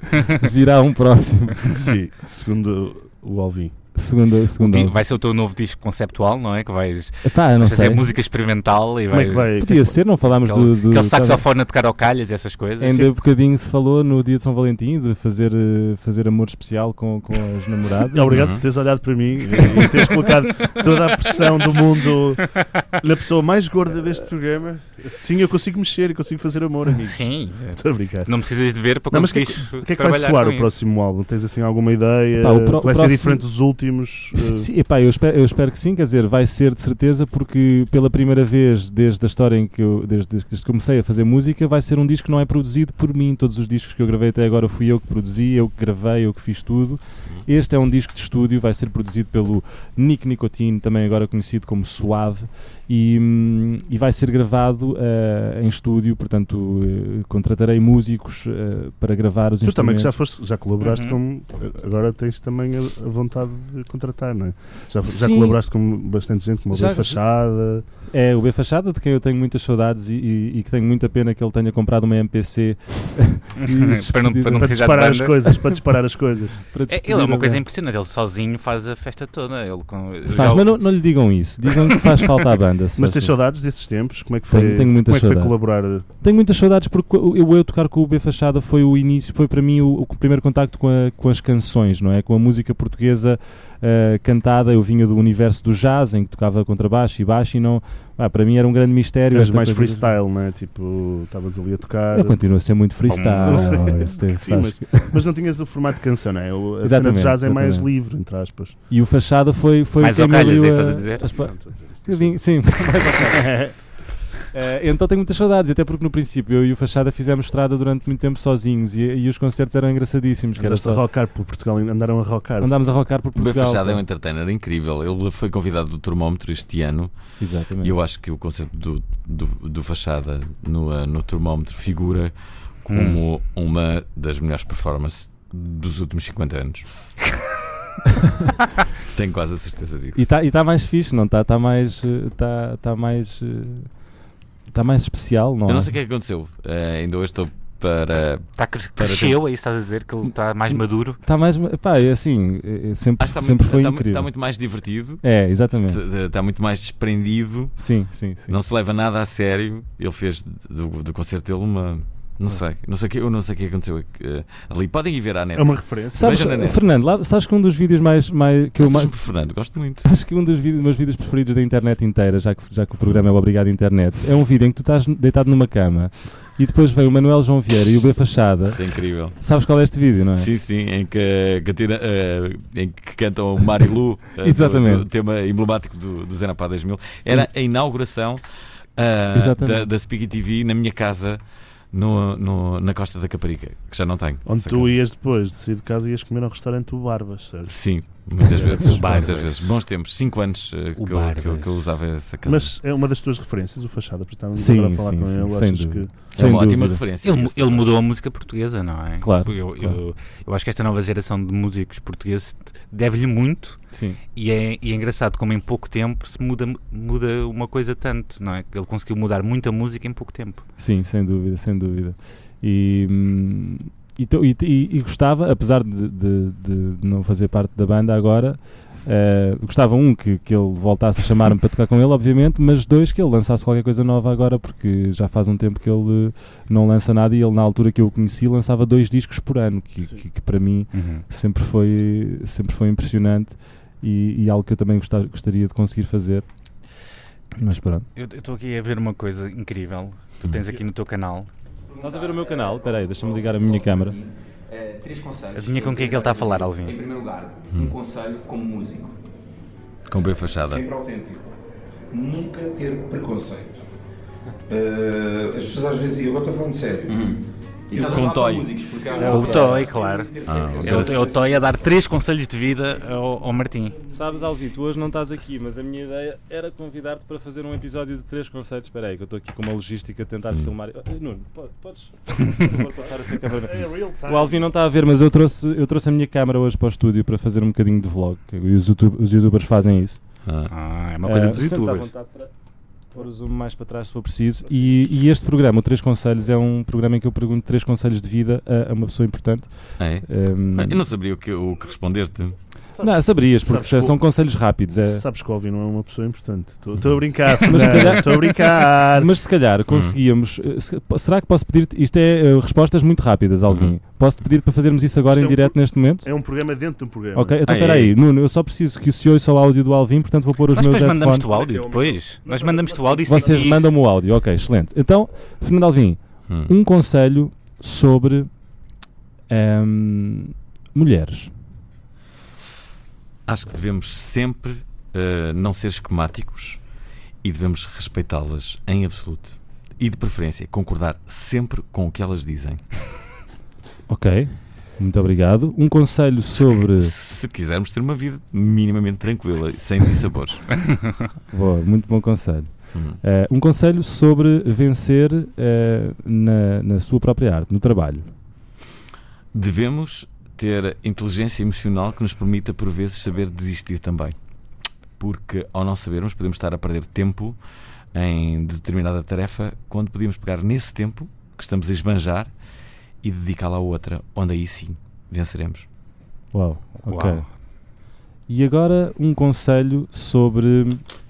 E: virá um próximo.
C: Sim, segundo o Alvin.
E: Segunda, segunda.
B: Di- Vai ser o teu novo disco conceptual, não é? Que vais
E: Epá, eu não
B: fazer
E: sei.
B: música experimental e
C: Como é
B: vais.
C: que vai?
E: Podia ser, não falámos
B: Aquele,
E: do, do
B: aquele saxofone a tocar ao calhas, essas coisas.
E: Ainda há bocadinho se falou no dia de São Valentim de fazer, eh, fazer amor especial com, com as namoradas.
C: Obrigado
A: Uhum.
C: por teres olhado para mim e teres colocado toda a pressão do mundo na pessoa mais gorda deste programa. Sim, eu consigo mexer e consigo fazer amor, amigo.
B: Sim.
C: Estou a brincar.
B: Não precisas de ver para
C: Não, mas o que, é
B: conseguires
C: que- o que é que vai
B: trabalhar
C: soar
B: com
C: o
B: isso.
C: próximo álbum? Tens assim alguma ideia?
E: Pá, o pro-
C: vai
E: o
C: ser
E: próximo-
C: diferente dos últimos? Uh,
E: Sim, epá, eu, espero, eu espero que sim, quer dizer, vai ser de certeza porque pela primeira vez desde a história em que eu, desde, desde que comecei a fazer música, vai ser um disco que não é produzido por mim. Todos os discos que eu gravei até agora fui eu que produzi, eu que gravei, eu que fiz tudo. Este é um disco de estúdio, vai ser produzido pelo Nick Nicotine, também agora conhecido como Suave, e, hum, e vai ser gravado uh, em estúdio, portanto uh, contratarei músicos uh, para gravar os
C: tu também
E: instrumentos.
C: que já foste, já colaboraste
B: Uhum.
C: com. Agora tens também a, a vontade de contratar, não é? Já, já
E: Sim.
C: colaboraste com bastante gente, como o
E: Já-
C: B Fachada.
E: É o B Fachada, de quem eu tenho muitas saudades e, e, e que tenho muita pena que ele tenha comprado uma M P C e
B: para não, para não
C: Para
B: precisar de
C: disparar as
B: banda.
C: coisas, para disparar as coisas.
E: para
B: É,
E: despedir
B: ele é uma
E: a
B: coisa
E: banda.
B: impressionante, ele sozinho faz a festa toda. Ele com, eu
E: Faz,
B: já-
E: mas não, não lhe digam isso, digam que faz falta à banda. se
C: Mas
E: faz
C: tens
E: favor.
C: saudades desses tempos? Como é que foi,
E: Tenho- tenho muita
C: como é que foi
E: saudade.
C: colaborar?
E: Tenho muitas saudades porque eu, eu tocar com o B Fachada foi o início, foi para mim o, o primeiro contacto com, a- com as canções, não é? Com a música portuguesa uh, cantada. Eu vinha do universo do jazz, em que tocava contrabaixo e baixo, e não, ah, para mim era um grande mistério.
C: Eras
E: esta
C: mais
E: coisa-
C: freestyle, não é? Tipo, estavas ali a tocar.
E: Eu continuo a ser muito freestyle.
C: Sim,
E: não, isso tem-
C: sim,
E: sabes?
C: Mas não tinhas o formato de canção, não é? O- A cena de
E: Exatamente,
C: jazz é mais
E: exatamente.
C: livre, entre aspas.
E: E o Fachada foi, foi
B: Mais
E: quem
B: ao
E: me
B: calhas,
E: abriu
B: é isso que
E: a-
B: estás a dizer?
E: as pa-
C: Não, estou a dizer isto.
E: Sim, sim. Uh, então tenho muitas saudades, até porque no princípio eu e o Fachada fizemos estrada durante muito tempo sozinhos e, e os concertos eram engraçadíssimos. Que era
C: Andaste a
E: só...
C: rocar por Portugal, andaram a rocar.
E: Andámos a rocar por
A: O B
E: Portugal.
A: Fachada é um entertainer incrível. Ele foi convidado do Termómetro este ano
E: Exatamente.
A: e eu acho que o concerto do, do, do Fachada no, uh, no Termómetro figura como hum. uma das melhores performances dos últimos cinquenta anos. Tenho quase a certeza disso.
E: E está tá mais fixe, não está? Está mais. Está tá mais. Está mais especial, não
A: Eu
E: é?
A: não sei o que é que aconteceu. Uh, ainda hoje estou para.
B: Tá, cresceu, é isso estás a dizer? Que ele está mais maduro?
E: Está mais. Pá, é assim. É, sempre
A: Está
E: sempre
A: muito,
E: foi
A: está,
E: incrível.
A: Está muito mais divertido.
E: É, exatamente.
A: Está, está muito mais desprendido.
E: Sim, sim, sim.
A: Não se leva nada a sério. Ele fez do, do concerto dele uma. Não sei, não sei que, eu não sei o que aconteceu uh, ali. Podem ir ver à net.
C: É uma referência.
E: Sabes,
A: Veja na net.
E: Fernando, lá, sabes que um dos vídeos mais. mais que eu mais
A: Por Fernando, gosto muito.
E: acho que um dos vídeos, meus vídeos preferidos da internet inteira, já que, já que o programa é o Obrigado Internet, é um vídeo em que tu estás deitado numa cama e depois vem o Manuel João Vieira e o B Fachada.
A: Isso é incrível.
E: Sabes qual é este vídeo, não é?
A: Sim, sim, em que, que tira, uh, em que cantam o Marilu, uh,
E: Exatamente.
A: do, do tema emblemático do, do Zenapá dois mil. Era a inauguração uh, da, da Speaky T V na minha casa. No, no, na Costa da Caparica, que já não tenho.
C: Onde tu
A: casa.
C: ias depois de sair de casa e ias comer ao restaurante o Barbas, certo?
A: Sim, muitas vezes.
B: O Barbas.
A: muitas vezes. Bons tempos, cinco anos uh, que, eu, que, eu, que eu usava essa casa.
C: Mas é uma das tuas referências, o Fachada, porque estávamos
E: Sim,
C: agora a falar
E: sim,
C: com
E: sim,
C: ele.
E: sem
C: Achas
E: dúvida.
C: que
A: é
E: Sem
A: uma ótima
E: dúvida.
A: referência.
B: Ele, ele mudou a música portuguesa, não é?
E: Claro,
B: Eu,
E: claro.
B: eu, eu acho que esta nova geração de músicos portugueses deve-lhe muito.
E: Sim.
B: E é, e é engraçado como em pouco tempo se muda, muda uma coisa tanto, não é? Ele conseguiu mudar muita música em pouco tempo.
E: Sim, sem dúvida, sem dúvida. E, hum, e, e, e, e gostava, apesar de, de, de não fazer parte da banda agora, uh, gostava um que, que ele voltasse a chamar-me para tocar com ele, obviamente, mas dois que ele lançasse qualquer coisa nova agora, porque já faz um tempo que ele não lança nada e ele na altura que eu o conheci lançava dois discos por ano, que, que, que para mim
B: Uhum.
E: sempre foi, sempre foi impressionante e, e algo que eu também gostar, gostaria de conseguir fazer. Mas pronto.
B: Eu estou aqui a ver uma coisa incrível. Tu tens aqui no teu canal.
E: Estás a ver o meu canal? Espera aí, deixa-me ligar a minha câmara.
G: Uh, três conselhos.
B: Adivinha com quem é que ele está a falar, Alvin?
G: Em primeiro lugar, um conselho como músico.
A: Com bem Fachada.
H: Sempre autêntico. Nunca ter preconceito. Uh, as pessoas às vezes, e agora estou falando sério.
G: Uhum. E
A: Com
G: estás a falar
A: Toy.
G: com músicos, porque há
B: É o Toy, claro.
A: Ah,
B: É o, é o Toy a dar três conselhos de vida ao, ao Martim.
E: Sabes, Alvi, tu hoje não estás aqui, mas a minha ideia era convidar-te para fazer um episódio de três conselhos. Espera aí, que eu estou aqui com uma logística a tentar filmar. Ah, Nuno, po- podes, por favor, passar essa câmera? O Alvi não está a ver, mas eu trouxe, eu trouxe a minha câmera hoje para o estúdio para fazer um bocadinho de vlog. que Os, YouTube, os youtubers fazem isso.
A: Ah.
B: Ah, é uma coisa
E: Ah,
B: dos
E: senta à
B: youtubers.
E: vontade para pôr o zoom mais para trás se for preciso. E, e este programa, o Três Conselhos, é um programa em que eu pergunto três conselhos de vida a, a uma pessoa importante.
A: É?
E: Um,
A: Eu não sabia o que, o que responder-te.
E: não, saberias, porque
C: sabes
E: são
C: que o-
E: conselhos rápidos. É.
C: Sabes que o Alvin não é uma pessoa importante. Estou a brincar,
E: Mas se
C: Fernando,
E: calhar-
C: estou a brincar.
E: Mas se calhar conseguíamos. eh, se- será que posso pedir? Isto é eh, respostas muito rápidas, Alvin.
A: Uhum.
E: Posso pedir para fazermos isso agora
C: Isto é
E: em
C: um
E: direto
C: pro-
E: neste momento?
C: É um programa dentro de um programa.
E: Ok, então
A: Ah,
E: espera
A: é?
E: aí, Nuno, eu só preciso que se ouça o áudio do Alvin, portanto vou pôr os
B: Nós
E: meus
B: depois mandamos-te
E: headphones.
B: o áudio, depois. Nós mandamos-te o áudio e
E: Vocês
B: seguimos
E: mandam-me o áudio, ok, excelente. Então, Fernando Alvin,
A: Hum.
E: um conselho sobre ehm, mulheres.
A: Acho que devemos sempre uh, não ser esquemáticos e devemos respeitá-las em absoluto. E de preferência, concordar sempre com o que elas dizem.
E: Ok, muito obrigado. Um conselho sobre.
A: Se quisermos ter uma vida minimamente tranquila, sem dissabores.
E: Boa, muito bom conselho.
A: Hum.
E: Eh, um conselho sobre vencer eh, na, na sua própria arte, no trabalho.
A: Devemos ter inteligência emocional que nos permita, por vezes, saber desistir também. Porque, ao não sabermos, podemos estar a perder tempo em determinada tarefa, quando podíamos pegar nesse tempo que estamos a esbanjar e dedicá-lo a outra, onde aí sim venceremos.
E: Uau, ok.
B: Uau.
E: E agora um conselho sobre.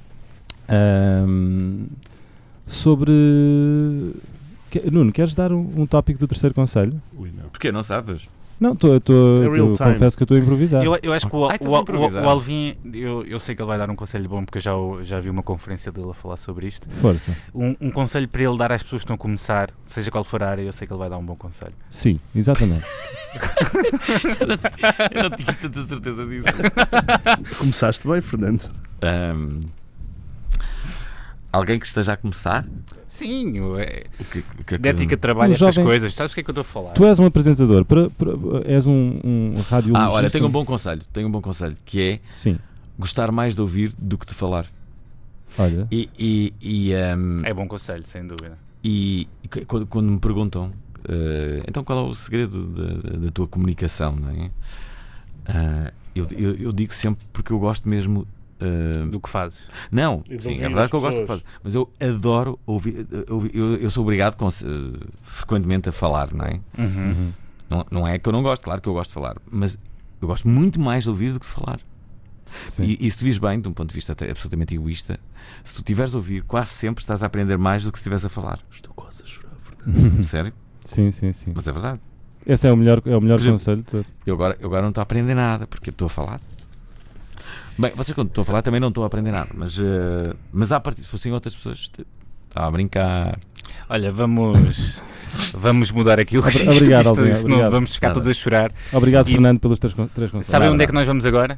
E: ahm, sobre. Que- Nuno, queres dar um, um tópico do terceiro conselho?
C: Ui, não.
A: Porquê? Não sabes?
E: Não, tô, tô,
C: É real
E: tô-
C: time.
E: confesso que eu estou a improvisar.
B: Eu, eu acho que o,
A: Ah, estás
B: o,
A: a
B: o,
A: improvisar.
B: o Alvin, eu, eu sei que ele vai dar um conselho bom, porque eu já, o- já vi uma conferência dele a falar sobre isto.
E: Força.
B: Um, um conselho para ele dar às pessoas que estão a começar, seja qual for a área, eu sei que ele vai dar um bom conselho.
E: Sim, exatamente.
A: Eu não, tinha- eu não tinha tanta certeza disso.
C: Começaste bem, Fernando.
A: Ahm, Alguém que esteja a começar?
B: Sim, é,
A: O que, o que é
B: de ética
A: que...
B: de trabalho,
E: Um
B: essas
E: jovem-
B: coisas. Sabes o que é que eu estou a falar?
E: Tu és um apresentador, para, para- és um, um radiologista.
A: Ah, olha, tenho um bom conselho. Tenho um bom conselho, que é
E: Sim,
A: gostar mais de ouvir do que de falar.
E: olha.
A: E, e, e, um,
B: É bom conselho, sem dúvida.
A: e qu- quando, quando me perguntam uh, então qual é o segredo da, da tua comunicação, não é? Uh, eu, eu, eu digo sempre porque eu gosto mesmo. uh,
B: Do que fazes.
A: Não,
C: E de
A: sim,
C: ouvir
A: é verdade
C: as
A: que eu gosto de
C: pessoas.
A: fazer, mas eu adoro ouvir. ouvir- eu, eu sou obrigado com, uh, frequentemente a falar, não é?
B: Uhum.
A: Não, não é que eu não gosto, claro que eu gosto de falar, mas eu gosto muito mais de ouvir do que de falar.
E: Sim.
A: E, e se tu vires bem, de um ponto de vista até absolutamente egoísta, se tu estiveres a ouvir, quase sempre estás a aprender mais do que se estiveres a falar.
C: Estou quase a chorar.
A: Sério?
E: Sim, sim, sim.
A: Mas é verdade.
E: Esse é o melhor, é o melhor
A: Por exemplo,
E: conselho. de todo.
A: Eu agora, eu agora não estou a aprender nada, porque estou a falar. Bem, vocês quando estou a falar também não estou a aprender nada, mas, uh, mas à partida, se fossem outras pessoas, estava a brincar.
B: Olha, vamos, vamos mudar aqui o
E: Obri-
B: registro.
E: obrigado,
B: isto,
E: obrigado,
B: senão
E: obrigado.
B: vamos ficar
A: Nada.
B: todos a chorar.
E: Obrigado,
B: E-
E: Fernando, pelos três, con- três conselhos.
B: Sabem
A: Nada,
B: onde é que
A: nada.
B: nós vamos agora?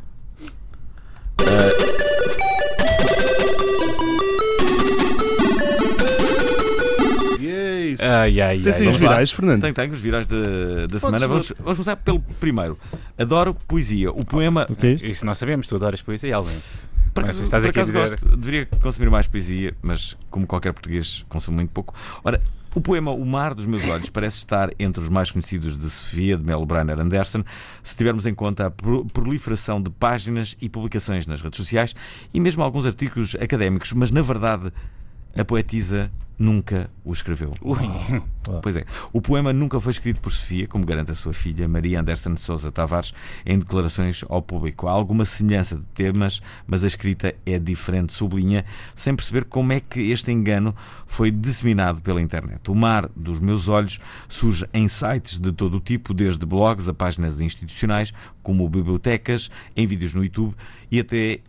C: E é isso.
B: Ai, ai,
C: Tens
B: ai.
C: aí os
A: vamos lá.
C: virais, Fernando?
A: Tenho, tenho os virais da, da semana. Vamos, vamos começar pelo primeiro. Adoro poesia. O poema.
E: O que é isto?
B: Isso nós sabemos, tu adoras poesia, Alvin.
A: Por
B: Mas
A: acaso,
B: estás
A: por
B: aqui a
A: acaso
B: dizer-
A: gosto, deveria consumir mais poesia, mas como qualquer português consumo muito pouco. Ora, o poema O Mar dos Meus Olhos parece estar entre os mais conhecidos de Sofia de Melo Brainer Anderson, se tivermos em conta a pro- proliferação de páginas e publicações nas redes sociais e mesmo alguns artigos académicos, mas na verdade a poetisa nunca o escreveu.
B: Ui.
A: Pois é, o poema nunca foi escrito por Sofia, como garante a sua filha, Maria Anderson de Sousa Tavares, em declarações ao público. Há alguma semelhança de temas, mas a escrita é diferente, sublinha, sem perceber como é que este engano foi disseminado pela internet. O Mar dos Meus Olhos surge em sites de todo o tipo, desde blogs a páginas institucionais, como bibliotecas, em vídeos no YouTube e até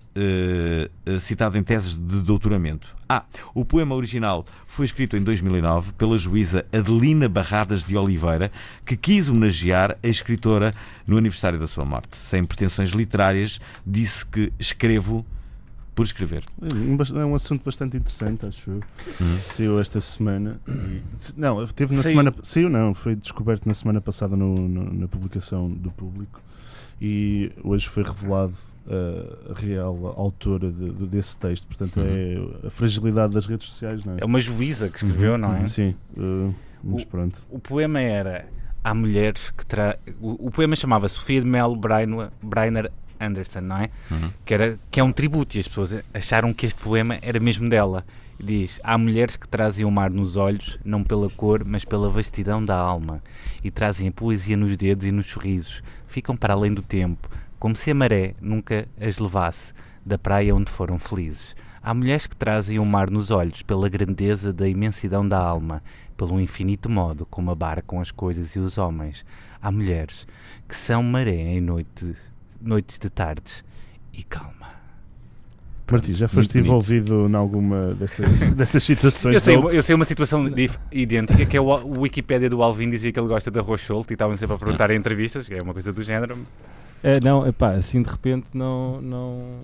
A: uh, citado em teses de doutoramento. Ah, o poema original foi escrito em dois mil e nove pela juíza Adelina Barradas de Oliveira, que quis homenagear a escritora no aniversário da sua morte. Sem pretensões literárias, disse que escrevo por escrever.
C: É um assunto bastante interessante, acho eu.
A: Uhum.
C: Saiu esta semana. E- Não, teve na
B: Saiu.
C: semana. Saiu, não, foi descoberto na semana passada no, no- na publicação do Público e hoje foi revelado uh, a real autora de- de- desse texto. Portanto, é a fragilidade das redes sociais, não é?
B: É uma juíza que escreveu, não é?
C: Sim, uh, mas
B: O-
C: pronto.
B: O poema era Há mulheres que tra... o, o poema chamava Sofia de Melo Brainer, Brainer Anderson, não é?
A: Uhum.
B: Que, era, que é um tributo e as pessoas acharam que este poema era mesmo dela. E diz: há mulheres que trazem o mar nos olhos, não pela cor, mas pela vastidão da alma, e trazem a poesia nos dedos e nos sorrisos, ficam para além do tempo, como se a maré nunca as levasse da praia onde foram felizes. Há mulheres que trazem o mar nos olhos pela grandeza da imensidão da alma, pelo infinito modo como abarcam as coisas e os homens. Há mulheres que são maré em noite, noites de tardes e calma.
C: Martim, já foste
A: muito bonito.
C: envolvido em alguma destas, destas situações?
B: Eu sei,
C: de
B: eu sei uma situação dif- idêntica, que é o, o Wikipédia do Alvin dizia que ele gosta de arroz solto e estavam sempre a perguntar em entrevistas, que é uma coisa do género.
E: É, não, epá, assim de repente não. não...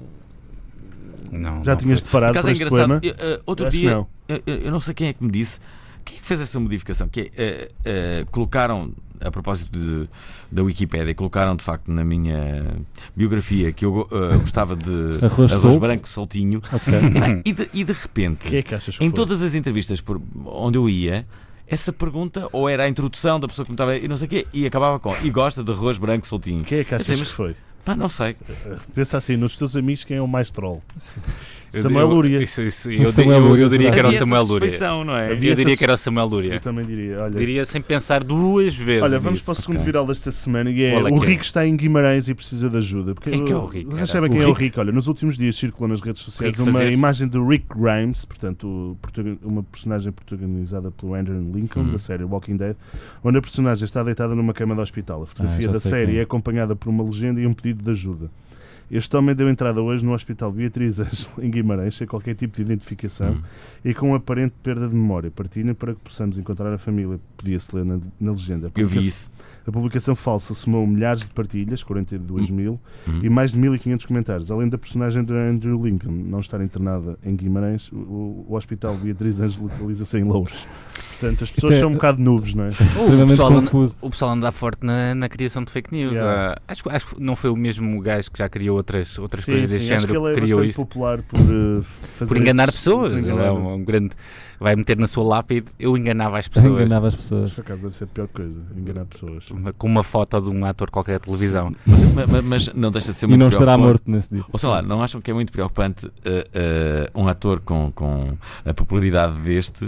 B: Não,
C: Já
B: não
C: tinhas
B: foi.
C: deparado
A: Por
C: com
A: acaso é
C: este
A: engraçado.
C: poema?
A: Eu, uh, outro
C: Eu acho que
A: dia,
C: não.
A: eu, eu- eu não sei quem é que me disse. Quem é que fez essa modificação? Que é, uh, uh, colocaram, a propósito de, da Wikipédia, colocaram de facto na minha biografia que eu uh, gostava de
E: Arroz solto?
A: branco soltinho.
E: Ok.
A: Ah, e, de, e de repente,
C: Quem é que achas que
A: em
C: foi?
A: todas as entrevistas por onde eu ia, essa pergunta, ou era a introdução da pessoa que me estava e não sei o quê, e acabava com e gosta de arroz branco soltinho.
C: Quem é que achas
A: Assim, mas-
C: que foi?
A: Pá, não sei.
C: Pensa assim, nos teus amigos quem é o mais troll?
B: Eu-
C: Samuel
B: eu-
C: Lúria.
B: Isso, isso, eu,
E: Samuel
B: eu- eu
E: Lúria,
B: diria que era o
A: Havia essa
B: Samuel Lúria.
A: suspeição, não é?
C: Havia
B: Eu diria
C: essa-
B: que era o Samuel
C: Eu
B: Lúria.
C: também diria, olha.
B: Diria sem pensar duas vezes.
C: Olha, vamos
B: nisso.
C: para o segundo
B: Ok.
C: viral desta semana e é,
B: Qual é
C: o
B: que é?
C: Rico está em Guimarães e precisa de ajuda. Porque
B: Quem é que é o
C: eu-
B: Rico,
C: Vocês
B: cara?
C: sabem
B: O
C: quem é o
B: Rico?
C: Rico? Olha, nos últimos dias circulou nas redes sociais
B: Rico
C: uma
B: fazer-
C: imagem do Rick Grimes, portanto, o protagon- uma personagem protagonizada pelo Andrew Lincoln,
A: Uhum.
C: da série Walking Dead, onde a personagem está deitada numa cama de hospital. A fotografia
E: Ah, já
C: da
E: sei
C: série
E: quem é.
C: é acompanhada por uma legenda e um pedido de ajuda. Este homem deu entrada hoje no Hospital Beatriz Ângelo, em Guimarães, sem qualquer tipo de identificação
A: Hum.
C: e com aparente perda de memória. Partilhem para que possamos encontrar a família. Podia-se ler na, na legenda. A
A: Eu vi
C: publicação-
A: isso.
C: A publicação falsa somou milhares de partilhas, quarenta e dois mil,
A: Hum.
C: e mais de mil e quinhentos comentários. Além da personagem de Andrew Lincoln não estar internada em Guimarães, o, o Hospital Beatriz Ângelo localiza-se em Louros. Portanto, as pessoas
E: é-
C: são um bocado noobs, não é?
B: O
E: Extremamente
B: pessoal, anda,
E: confuso.
B: o pessoal anda forte na, na criação de fake news.
C: Yeah.
B: Ah, acho, acho que não foi o mesmo gajo que já criou outras, outras
C: Sim,
B: coisas
C: sim,
B: deste
C: acho que
B: género
C: ele é
B: que criou
C: bastante
B: isto.
C: popular por, uh, fazer
B: Por enganar
C: estes-
B: pessoas.
C: por
B: Ele
C: enganar-
B: é um, um grande. Vai meter na sua lápide. Eu enganava as pessoas.
E: Enganava as pessoas.
C: Por acaso deve ser a pior coisa, enganar pessoas.
B: Com uma foto de um ator qualquer de televisão.
A: Mas, mas- mas não deixa de ser
E: E
A: muito
E: não estará
A: preocupante.
E: morto nesse dia.
A: Ou sei lá, não acham que é muito preocupante uh, uh, um ator com, com a popularidade deste uh,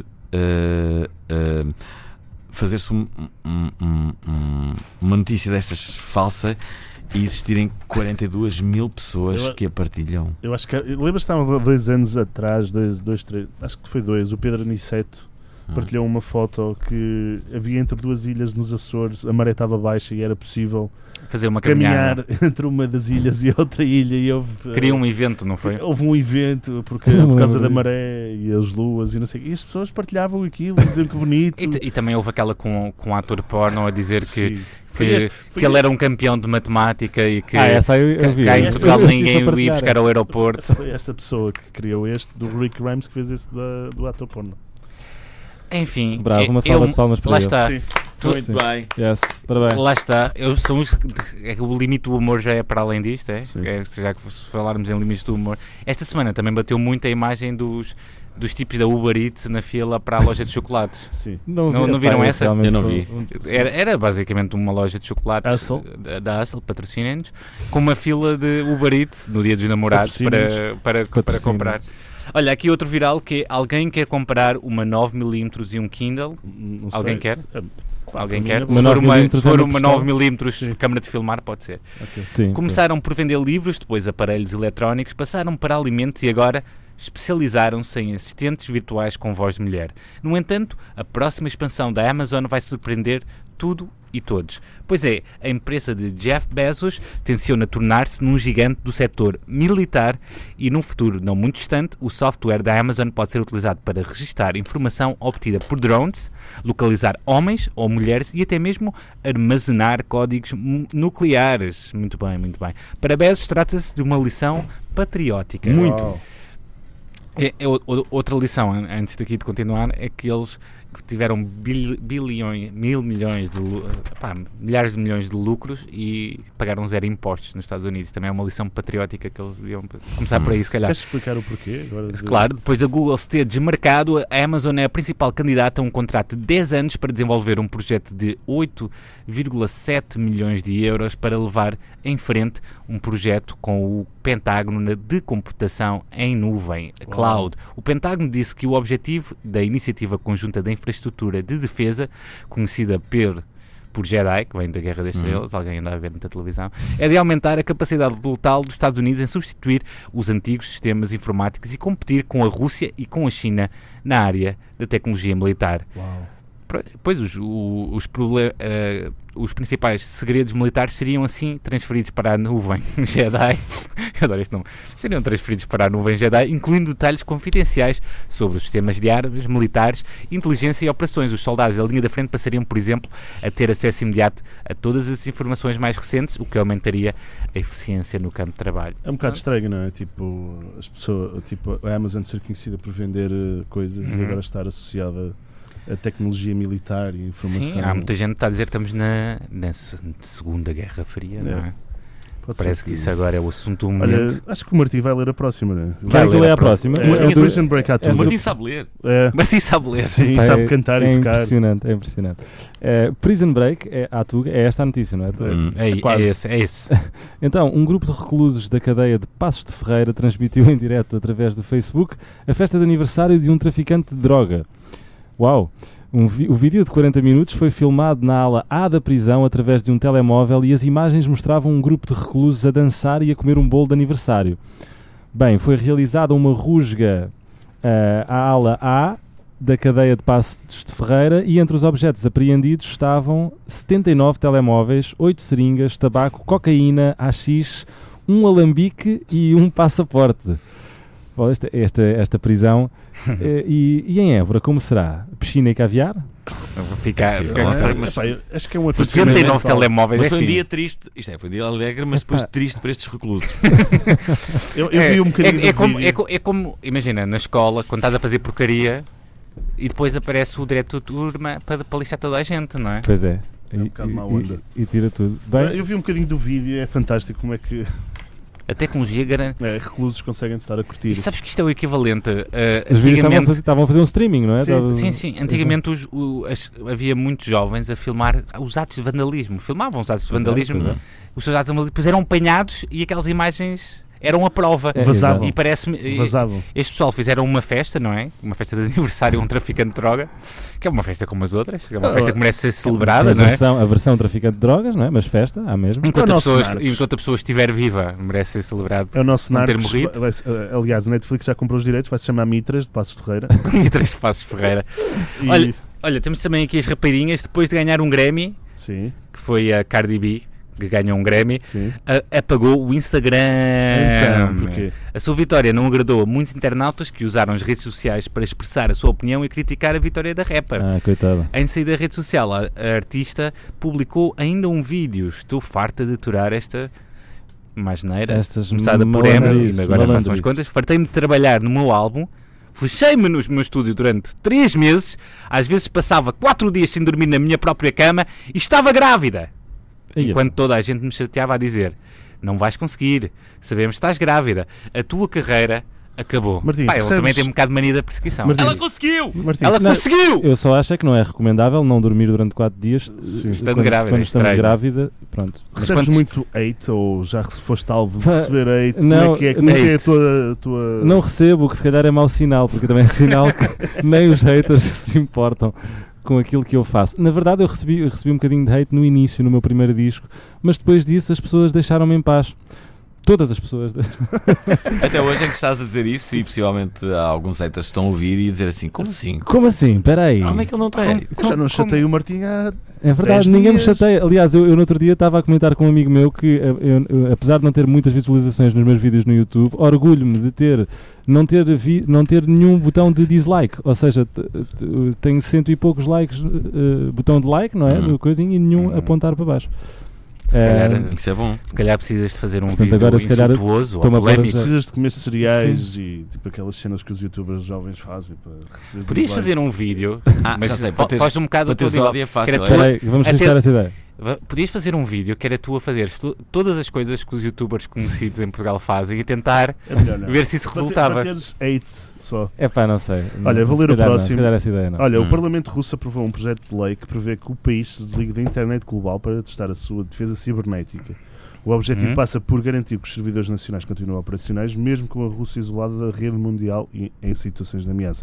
A: uh, fazer-se um- um- um- um- uma notícia destas falsa e existirem quarenta e duas mil pessoas
C: Eu-
A: que a partilham?
C: Eu acho que. Lembras-te, estavam dois anos atrás, dois, dois, três, acho que foi dois, o Pedro Aniceto
A: Hum.
C: partilhou uma foto que havia entre duas ilhas nos Açores, a maré estava baixa e era possível
B: Fazer uma caminhada.
C: caminhar entre uma das ilhas e outra ilha e houve,
B: Queria um evento, não foi?
C: houve um evento porque,
E: Não me
C: por causa
E: lembro
C: da
E: disso.
C: maré e as luas e não sei o quê. E as pessoas partilhavam aquilo, diziam que bonito.
B: E, t- e também houve aquela com, com um ator porno a dizer que,
C: Sim.
B: que,
C: Foi este- foi
B: que ele era um campeão de matemática e que
E: Ah, essa aí eu,
B: cá-
E: eu vi.
B: cá em
E: Eu-
B: Portugal
E: eu- eu-
B: ninguém
E: eu- eu-
B: o ia buscar ao aeroporto.
C: Foi esta pessoa que criou este, do Rick Grimes, que fez esse da, do ator porno.
B: Enfim,
E: Bravo,
B: é-
E: uma salva
B: eu-
E: de palmas para
B: lá
E: ele.
B: está.
C: Sim.
B: Tu-
A: Muito
E: Sim.
A: bem.
E: Yes, parabéns.
B: Lá está, eu, são os, é que o limite do humor já é para além disto, é?
C: Sim.
B: É, se já que se falarmos em limites do humor. Esta semana também bateu muito a imagem dos, dos tipos da Uber Eats na fila para a loja de chocolates.
C: Sim.
B: Não-
E: vi-
B: não viram
E: epá,
B: essa?
E: realmente
A: Eu não
E: sou
A: vi.
E: um-
B: Era, era basicamente uma loja de chocolates
C: Hustle.
B: da, da Hustle, patrocinem-nos, com uma fila de Uber Eats no dia dos namorados para,
C: Patrocinem-nos.
B: para, para
E: Patrocinem.
B: comprar. Olha, aqui outro viral que é alguém quer comprar uma nove milímetros e um Kindle.
C: Não
B: Alguém
C: sei.
B: quer?
C: É, pá,
B: Alguém
C: para
B: quer?
C: mim
B: Se
C: é
E: Uma
B: for
E: nove
B: uma, se
E: milímetros
B: for
E: é uma
B: uma
E: questão.
B: nove milímetros
C: Sim.
B: câmara de filmar, pode ser.
C: ok.
E: Sim,
B: Começaram por vender livros, depois aparelhos eletrónicos, passaram para alimentos e agora especializaram-se em assistentes virtuais com voz de mulher. No entanto, a próxima expansão da Amazon vai surpreender tudo e todos. Pois é, a empresa de Jeff Bezos tenciona tornar-se num gigante do setor militar e num futuro não muito distante, o software da Amazon pode ser utilizado para registar informação obtida por drones, localizar homens ou mulheres e até mesmo armazenar códigos mu- nucleares. Muito bem, muito bem. Para Bezos trata-se de uma lição patriótica.
A: Muito.
C: Uau.
B: É, é o- o- outra lição, an- antes daqui de continuar, é que eles tiveram bil, bilhões, mil milhões de lu- pá, milhares de milhões de lucros e pagaram zero impostos nos Estados Unidos. Também é uma lição patriótica que eles deviam começar por aí, se calhar.
C: Queres explicar o porquê? Agora de-
B: Claro, depois da Google se ter desmarcado, a Amazon é a principal candidata a um contrato de dez anos para desenvolver um projeto de oito vírgula sete milhões de euros para levar em frente um projeto com o Pentágono na- de computação em nuvem,
C: Uau.
B: cloud. O Pentágono disse que o objetivo da Iniciativa Conjunta de Infraestrutura de Defesa, conhecida por por Jedi, que vem da Guerra das Estrelas, alguém anda a ver muita televisão, é de aumentar a capacidade total dos Estados Unidos em substituir os antigos sistemas informáticos e competir com a Rússia e com a China na área da tecnologia militar.
C: Uau.
B: Pois os, o- os, proble- eh, os principais segredos militares seriam assim transferidos para a nuvem Jedi. Eu adoro este nome. Seriam transferidos para a nuvem Jedi, incluindo detalhes confidenciais sobre os sistemas de armas, militares, inteligência e operações. Os soldados da linha da frente passariam, por exemplo, a ter acesso imediato a todas as informações mais recentes, o que aumentaria a eficiência no campo de trabalho.
C: É um bocado estranho, não é? Tipo, as pessoas, tipo, a Amazon ser conhecida por vender eh, coisas e
B: Uhum.
C: agora estar associada a tecnologia militar e informação.
B: Sim, há muita gente que está a dizer que estamos na, na se- Segunda Guerra Fria, não é?
C: Pode
B: Parece
C: ser
B: que isso agora é o assunto do
C: Olha,
B: momento.
C: acho que o Martim vai ler a próxima, não é?
B: Vai
E: Vai que
B: ler
E: ler
B: a
E: a próxima.
C: É,
A: Martim
C: é o
A: é
C: Prison Break à
E: é
A: O
C: tudo.
A: Martim sabe ler.
C: É,
B: Mas sim sabe ler.
C: sim,
E: Pá,
C: sabe
E: é-
C: cantar
E: é
C: e tocar.
E: impressionante, é impressionante. Eh, Prison Break, é, à Tuga, é esta a notícia, não é?
A: Hum.
B: É, é
C: quase.
B: esse, é esse.
E: Então, um grupo de reclusos da cadeia de Passos de Ferreira transmitiu em direto através do Facebook a festa de aniversário de um traficante de droga. Uau! Um vi- o vídeo de quarenta minutos foi filmado na ala A da prisão através de um telemóvel e as imagens mostravam um grupo de reclusos a dançar e a comer um bolo de aniversário. Bem, foi realizada uma rusga eh, à ala A da cadeia de Passos de Ferreira e entre os objetos apreendidos estavam setenta e nove telemóveis, oito seringas, tabaco, cocaína, haxixe, um alambique e um passaporte. Bom, esta, esta, esta prisão. eh, e, e em Évora, como será? Piscina e caviar?
B: Fica,
A: Sim,
B: fica-
A: não sei,
C: Epá,
A: mas-
C: eu acho que é um
B: setenta e nove
C: acontecimento.
B: telemóveis.
A: Mas
B: é
A: foi um
B: assim.
A: dia triste. Isto é, foi um dia alegre, mas depois
E: Epá.
A: triste para estes reclusos.
C: Eu, eu vi um bocadinho
B: é, é,
C: do
B: como,
C: vídeo.
B: é, co- é como, imagina, na escola, quando estás a fazer porcaria e depois aparece o diretor de turma para, para lixar toda a gente, não é?
E: Pois é.
C: É um
E: E-
C: bocado
E: e-
C: má
E: e-
C: onda.
E: E, tira tudo. Bem,
C: Eu vi um bocadinho do vídeo, é fantástico como é que
B: A tecnologia garante.
C: é, reclusos conseguem estar a curtir.
B: E sabes que isto é o equivalente. Uh,
E: os vídeos estavam a,
B: antigamente,
E: fazer, estavam a fazer um streaming, não é?
C: Sim,
E: Estava-
B: sim, sim. Antigamente os- o- as- havia muitos jovens a filmar os atos de vandalismo. Filmavam os atos de
E: Pois é,
B: vandalismo.
E: pois é.
B: Os seus atos de vandalismo depois eram apanhados e aquelas imagens eram a prova.
E: É,
C: Vazavam.
B: E parece-me. e-
C: Vazavam.
B: Este pessoal fizeram uma festa, não é? Uma festa de aniversário a um traficante de droga, que é uma festa como as outras, que é uma
C: Ah,
B: festa que merece ser celebrada,
E: Sim, a
B: não é?
E: versão, a versão traficante de drogas, não é? Mas festa, há mesmo.
B: Enquanto
C: É o
B: a,
C: nosso
B: pessoa,
C: Narcos.
B: enquanto a pessoa estiver viva, merece ser celebrado.
C: É o nosso
B: Não ter
C: Narcos.
B: morrido.
C: vai- vai- aliás, a Netflix já comprou os direitos, vai se chamar Mitras, de Passos de Ferreira.
B: E três passos Ferreira.
C: E-
B: Olha- Olha, temos também aqui as rapeirinhas, depois de ganhar um Grammy,
C: Sim,
B: que foi a Cardi B, que ganhou um Grammy,
C: sim.
B: a- apagou o Instagram.
C: Então, porquê?
B: A sua vitória não agradou a muitos internautas que usaram as redes sociais para expressar a sua opinião e criticar a vitória da rapper.
E: Ah, coitada.
B: Em saída da rede social, a, a artista publicou ainda um vídeo. Estou farta de aturar esta masneira,
E: Estas
B: começada por M,
E: malandrices,
B: e agora faço umas
E: malandrices.
B: contas. Fartei-me de trabalhar no meu álbum, fechei-me no meu estúdio durante três meses, às vezes passava quatro dias sem dormir na minha própria cama e estava grávida.
E: Ia.
B: Enquanto toda a gente me chateava a dizer: não vais conseguir, sabemos que estás grávida, a tua carreira acabou.
C: Martim,
B: Pá, ele
C: percebes-
B: também tem um bocado de mania da perseguição.
C: Martim,
A: Ela conseguiu!
C: Martim,
B: Ela
E: Não,
B: conseguiu!
E: Eu só acho é que não é recomendável não dormir durante quatro dias
C: Sim.
E: eh,
B: Estando
E: quando,
B: grávida,
E: quando
B: é
E: estamos
B: estranho.
E: grávida. Pronto.
C: recebes
B: quantos-
C: muito hate ou já foste alvo de
E: Pá,
C: receber hate?
E: não,
C: Como é que é, como é, que é a
B: hate.
C: tua... a tua...
E: Não recebo, o que se calhar é mau sinal, porque também é sinal que nem os haters se importam com aquilo que eu faço. Na verdade, eu recebi, eu recebi um bocadinho de hate no início, no meu primeiro disco, mas depois disso as pessoas deixaram-me em paz. Todas as pessoas.
A: Até hoje é que estás a dizer isso e possivelmente há alguns haters que estão a ouvir e a dizer assim: como assim?
E: Como assim? Espera aí.
A: Como é que ele não tem?
C: Eu já não chatei o Martim há...
E: É verdade,
C: dez
E: ninguém me
C: dias.
E: chateia. Aliás, eu, eu no outro dia estava a comentar com um amigo meu que, eu- eu- eu, apesar de não ter muitas visualizações nos meus vídeos no YouTube, orgulho-me de ter não, ter vi, não ter nenhum botão de dislike. Ou seja, t- t- tenho cento e poucos likes, eh, botão de like, não é?
A: Uhum.
E: No coisinho, e nenhum
B: Uhum.
E: apontar para baixo.
B: Se calhar,
E: Eh,
A: Isso é bom.
B: se calhar precisas de fazer um
E: Portanto,
B: vídeo
E: agora, se calhar,
B: insultuoso ou
E: estou-me a pôr a
B: polémico.
E: já-
C: Precisas de comer cereais e tipo aquelas cenas que os youtubers jovens fazem para receber
B: Podias
C: dislike.
B: fazer um vídeo,
A: Ah,
B: mas
A: já sei,
B: fo-
A: para teres-
B: foge um bocado
A: Para
B: do teu
A: teres
B: nível.
A: ódio é fácil.
B: Era
A: é?
B: tu-
E: Espera aí, vamos
B: Até-
E: testar essa ideia.
B: Va- Podias fazer um vídeo que era tu a fazer to- todas as coisas que os youtubers conhecidos em Portugal fazem e tentar
C: É melhor não.
B: ver se isso
C: Bate-
B: resultava.
C: Bateres hate só.
E: É pá, não sei.
C: Olha,
E: Não,
C: vou
E: se
C: ler o
E: calhar não,
C: próximo.
E: Se calhar essa ideia não.
C: Olha,
A: Hum.
C: o Parlamento Russo aprovou um projeto de lei que prevê que o país se desligue da internet global para testar a sua defesa cibernética. O objetivo
B: Uhum.
C: passa por garantir que os servidores nacionais continuem operacionais, mesmo com a Rússia isolada da rede mundial e em situações de ameaça.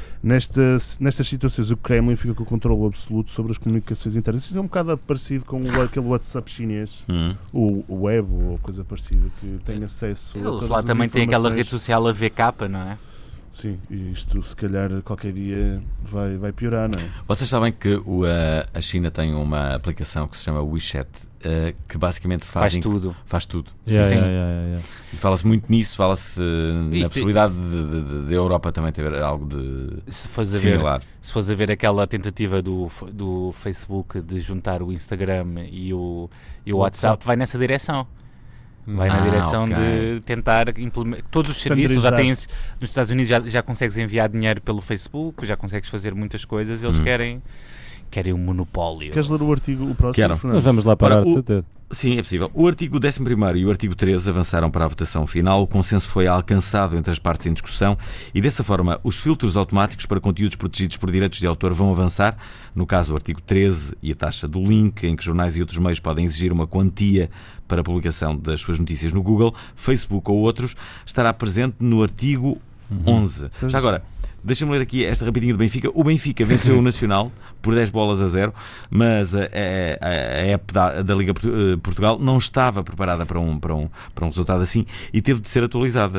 C: Nestas, nestas situações, o Kremlin fica com o controle absoluto sobre as comunicações internas. Isso é um bocado parecido com o- aquele WhatsApp chinês,
A: Hum.
C: o, o web ou coisa parecida, que tem acesso a
B: Eles
C: todas
B: lá
C: as
B: também têm aquela
C: informações.
B: rede social a V K, não é?
C: Sim, e isto se calhar qualquer dia vai, vai piorar, não é?
A: Vocês sabem que o, a, a China tem uma aplicação que se chama WeChat, eh, que basicamente
B: Faz
A: faz,
B: tudo.
A: faz tudo.
E: Yeah,
B: sim.
E: yeah, yeah, yeah.
A: E fala-se muito nisso, fala-se eh, na
B: Isto-
A: possibilidade de, de, de- de Europa também ter algo de
B: Se fores a ver,
A: similar.
B: se fores a ver aquela tentativa do, do Facebook de juntar o Instagram e o, e o WhatsApp, vai nessa direção. Vai na
A: Ah,
B: direção
A: ok.
B: de tentar implementar todos os serviços. Já
C: Standardizar.
B: têm, nos Estados Unidos já, já consegues enviar dinheiro pelo Facebook, já consegues fazer muitas coisas. Eles
A: Hum.
B: querem, querem um monopólio.
C: Queres ler o artigo, o próximo,
A: Quero.
C: Fernando?
E: Mas vamos lá parar,
A: Ora,
E: de
A: o-
E: certeza.
A: Sim, é possível. O artigo décimo primeiro e o artigo treze avançaram para a votação final. O consenso foi alcançado entre as partes em discussão e, dessa forma, os filtros automáticos para conteúdos protegidos por direitos de autor vão avançar. No caso, o artigo treze e a taxa do link, em que jornais e outros meios podem exigir uma quantia para a publicação das suas notícias no Google, Facebook ou outros, estará presente no artigo onze. Já agora, deixa-me ler aqui esta rapidinho do Benfica. O Benfica venceu o Nacional por dez bolas a zero, mas a, a, a, a app da, da Liga Portu- eh, Portugal não estava preparada para um, para, um, para um resultado assim e teve de ser atualizada.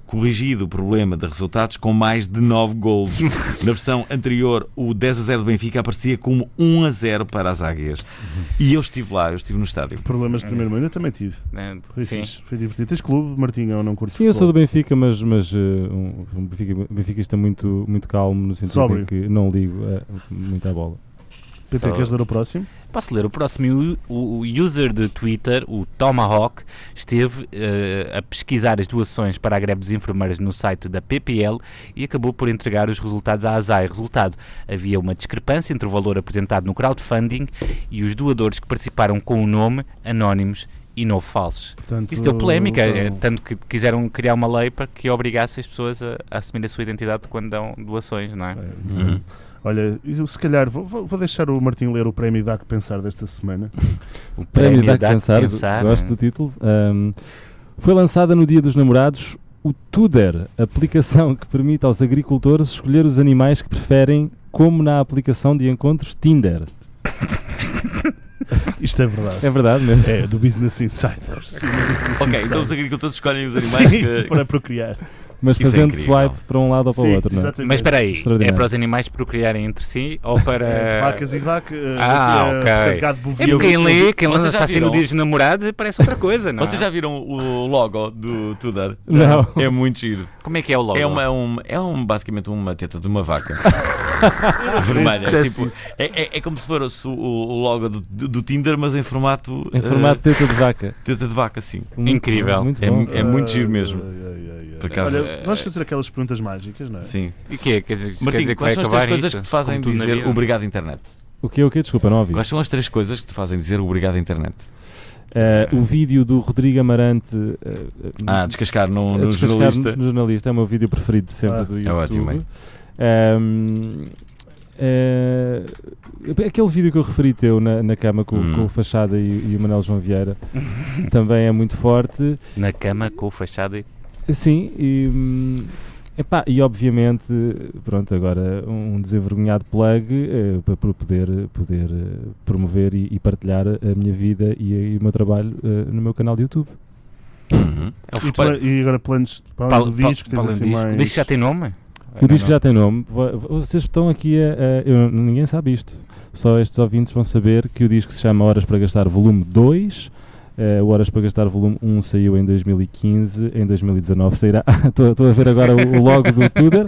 A: corrigido o problema de resultados com mais de nove golos. Na versão anterior, o dez a zero do Benfica aparecia como um a zero para as Águias. E eu estive lá, eu estive no estádio.
C: Problemas de primeiro momento eu também tive.
B: É,
C: Foi
B: sim.
C: fixe, foi divertido. Tens clube, Martinho, ou não curto
E: Sim, eu sou do
C: futebol?
E: Benfica, mas, mas uh, um, um Benfica, benfiquista muito, muito calmo, no sentido
C: Sóbrio.
E: em que não ligo uh, muito à bola.
C: P P,
B: Só-
C: queres ler o próximo?
B: Posso ler o próximo? O, o user de Twitter, o Tomahawk, esteve eh, a pesquisar as doações para a greve dos enfermeiros no site da P P L e acabou por entregar os resultados à A S A I. Resultado, havia uma discrepância entre o valor apresentado no crowdfunding e os doadores que participaram com o nome anónimos e não falsos.
C: Portanto,
B: Isso deu polémica,
C: então,
B: eh, tanto que quiseram criar uma lei para que obrigasse as pessoas a, a assumir a sua identidade quando dão doações, não é?
C: é,
A: Uhum.
C: Olha, eu, se calhar vou, vou vou deixar o Martim ler o prémio Dá que Pensar desta semana.
B: O
E: Prémio Dá que
B: Dá
E: Pensar,
B: Pensar,
E: gosto
B: né?
E: do título. Um, foi lançada no Dia dos Namorados o Tuder, aplicação que permite aos agricultores escolher os animais que preferem, como na aplicação de encontros Tinder.
C: Isto é verdade.
E: É verdade mesmo.
C: É, do Business Insiders.
A: Ok, então os agricultores escolhem os animais
C: Sim,
A: que...
C: para procriar.
E: Mas
A: Isso é
E: fazendo
A: incrível.
E: swipe para um lado ou para o
C: Sim,
E: outro, não é?
C: exatamente.
B: Mas espera aí, é
E: Extraordinário.
B: para os animais procriarem entre si ou para...
C: É, vacas e vacas.
B: Ah, ok.
C: Gado
B: É
C: bovino.
B: porque quem lê, quem
A: Vocês
B: lança
A: já
B: assim
A: viram?
B: no dia dos namorados parece outra coisa, não é?
A: Vocês já viram o logo do Tudor?
E: Não.
A: É muito giro.
B: Como é que é o logo?
A: É, uma, um, é um, basicamente uma teta de uma vaca. Vermelha.
C: Disseste
A: Tipo,
C: isso.
A: é, é, é como se fosse o, o logo do, do Tinder, mas em formato,
E: Em formato de teta de vaca.
A: eh, teta de vaca, sim.
E: Muito
B: Incrível.
E: bom, Muito
A: É,
E: bom.
A: é muito giro mesmo.
C: Ai, ai, ai, ai.
A: Por acaso-
C: Olha, vamos fazer aquelas perguntas mágicas, não é?
A: Sim.
B: E o quê? Quer dizer, quer
A: Martim,
B: dizer que
A: quais
B: vai
A: são as três
B: acabar
A: coisas
B: isto?
A: que te fazem
B: Como tudo na
A: dizer
B: vida?
A: obrigado internet?
E: O que o que Desculpa, não ouvi.
A: Quais são as três coisas que te fazem dizer obrigado internet?
E: Uh, o vídeo do Rodrigo Amarante uh,
A: Ah, descascar no,
E: a
A: no
E: descascar
A: jornalista.
E: no jornalista é o meu vídeo preferido de sempre
C: Ah,
E: do
A: é
E: YouTube.
A: ótimo, é.
E: Um, uh, aquele vídeo que eu referi teu na, na cama com,
A: Hum.
E: com o Fachada e, e o Manuel João Vieira também é muito forte.
B: Na cama com o fachada e...
E: Sim, e, hum, epá, e obviamente, pronto, agora um desenvergonhado plug eh, para para poder, poder eh, promover e, e partilhar a minha vida e, e o meu trabalho eh, no meu canal de YouTube.
A: Uhum.
B: É o
C: E,
B: futebol-
C: tu- e agora planos para
B: Pal-
C: além do
B: pal-
C: disco, tens
B: pal-
C: assim
B: disco.
C: mais...
B: O disco já tem nome?
E: O disco já tem nome. Vo- vo- Vocês estão aqui a, a- eu- ninguém sabe isto. Só estes ouvintes vão saber que o disco se chama Horas para Gastar Volume dois. Uh, o Horas para Gastar Volume um saiu em dois mil e quinze. Em dois mil e dezanove sairá. Estou a ver agora o, o logo do Tudor.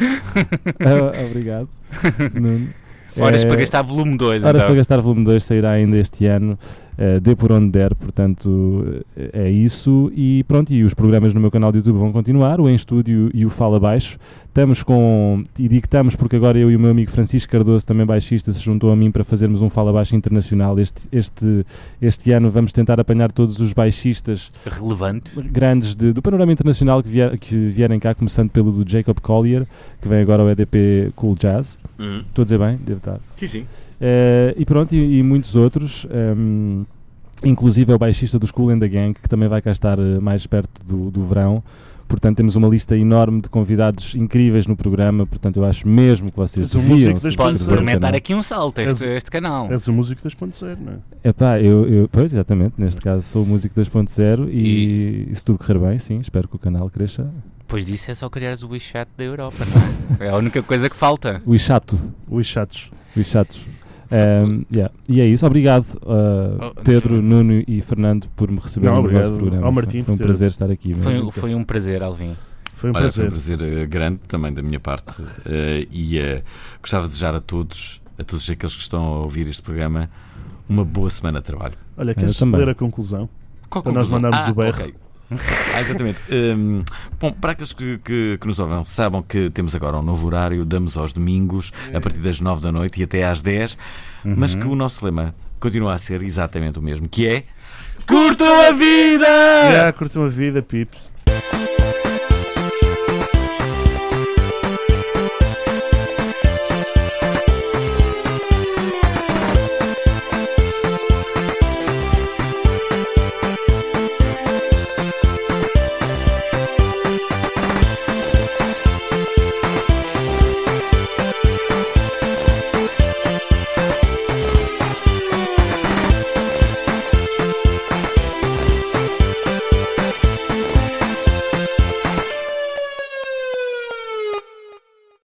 E: Ah, obrigado, Nuno.
B: Horas
E: Eh,
B: para gastar volume dois,
E: Horas
B: então.
E: para Gastar Volume dois sairá ainda este ano, uh, dê por onde der, portanto uh, é isso. E pronto, e os programas no meu canal de YouTube vão continuar, o Em Estúdio e o Fala Baixo. Estamos com, e digo que estamos porque agora eu e o meu amigo Francisco Cardoso, também baixista, se juntou a mim para fazermos um Fala Baixo internacional. Este, este, este ano vamos tentar apanhar todos os baixistas
B: Relevante.
E: grandes de- do panorama internacional que, vier, que vierem cá, começando pelo do Jacob Collier, que vem agora ao E D P Cool Jazz.
A: Uhum.
E: Estou a dizer bem? Devo estar.
A: Sim, sim.
E: Eh, e pronto, e, e muitos outros, ehm, inclusive é o baixista do School and the Gang, que também vai cá estar eh, mais perto do, do verão. Portanto, temos uma lista enorme de convidados incríveis no programa. Portanto, eu acho mesmo que vocês
C: És um
E: deviam
C: músico das
E: subscrever
B: Pode
C: Sim.
E: o
B: prometer
E: canal.
B: aqui um salto este,
C: És-
B: este canal.
C: És o músico dois ponto zero, não é?
E: Epá, eu, eu, pois, exatamente, neste caso sou o músico dois ponto zero e, e se tudo correr bem, sim, espero que o canal cresça.
B: Depois disso é só criares o WeChat da Europa, não é? É a única coisa que falta.
E: O Ixato,
C: Os chatos.
E: o Ixatos. Ehm, yeah. E é isso, obrigado uh,
B: Oh,
E: Pedro, Nuno e Fernando por me receberem
C: Não,
E: no vosso
C: obrigado
E: programa.
C: ao Martim
E: Foi um
C: por ter-
E: prazer estar aqui.
B: Foi,
E: mesmo.
B: um- foi um prazer, Alvin.
C: Foi um
A: Olha, foi um
C: prazer.
A: prazer eh, grande também da minha parte eh, e eh, gostava de desejar a todos, a todos aqueles que estão a ouvir este programa, uma boa semana de trabalho.
C: Olha, queres
E: também.
C: ler a conclusão?
A: Qual
C: Para nós
A: conclusão?
C: mandarmos
A: Ah,
C: o berro.
A: ok. Ah, exatamente. Hum, bom, para aqueles que, que, que nos ouvem, saibam que temos agora um novo horário, damos aos domingos, a partir das nove da noite e até às dez, mas que o nosso lema continua a ser exatamente o mesmo, que é Curtam a vida!
C: Já curtam a vida, pips.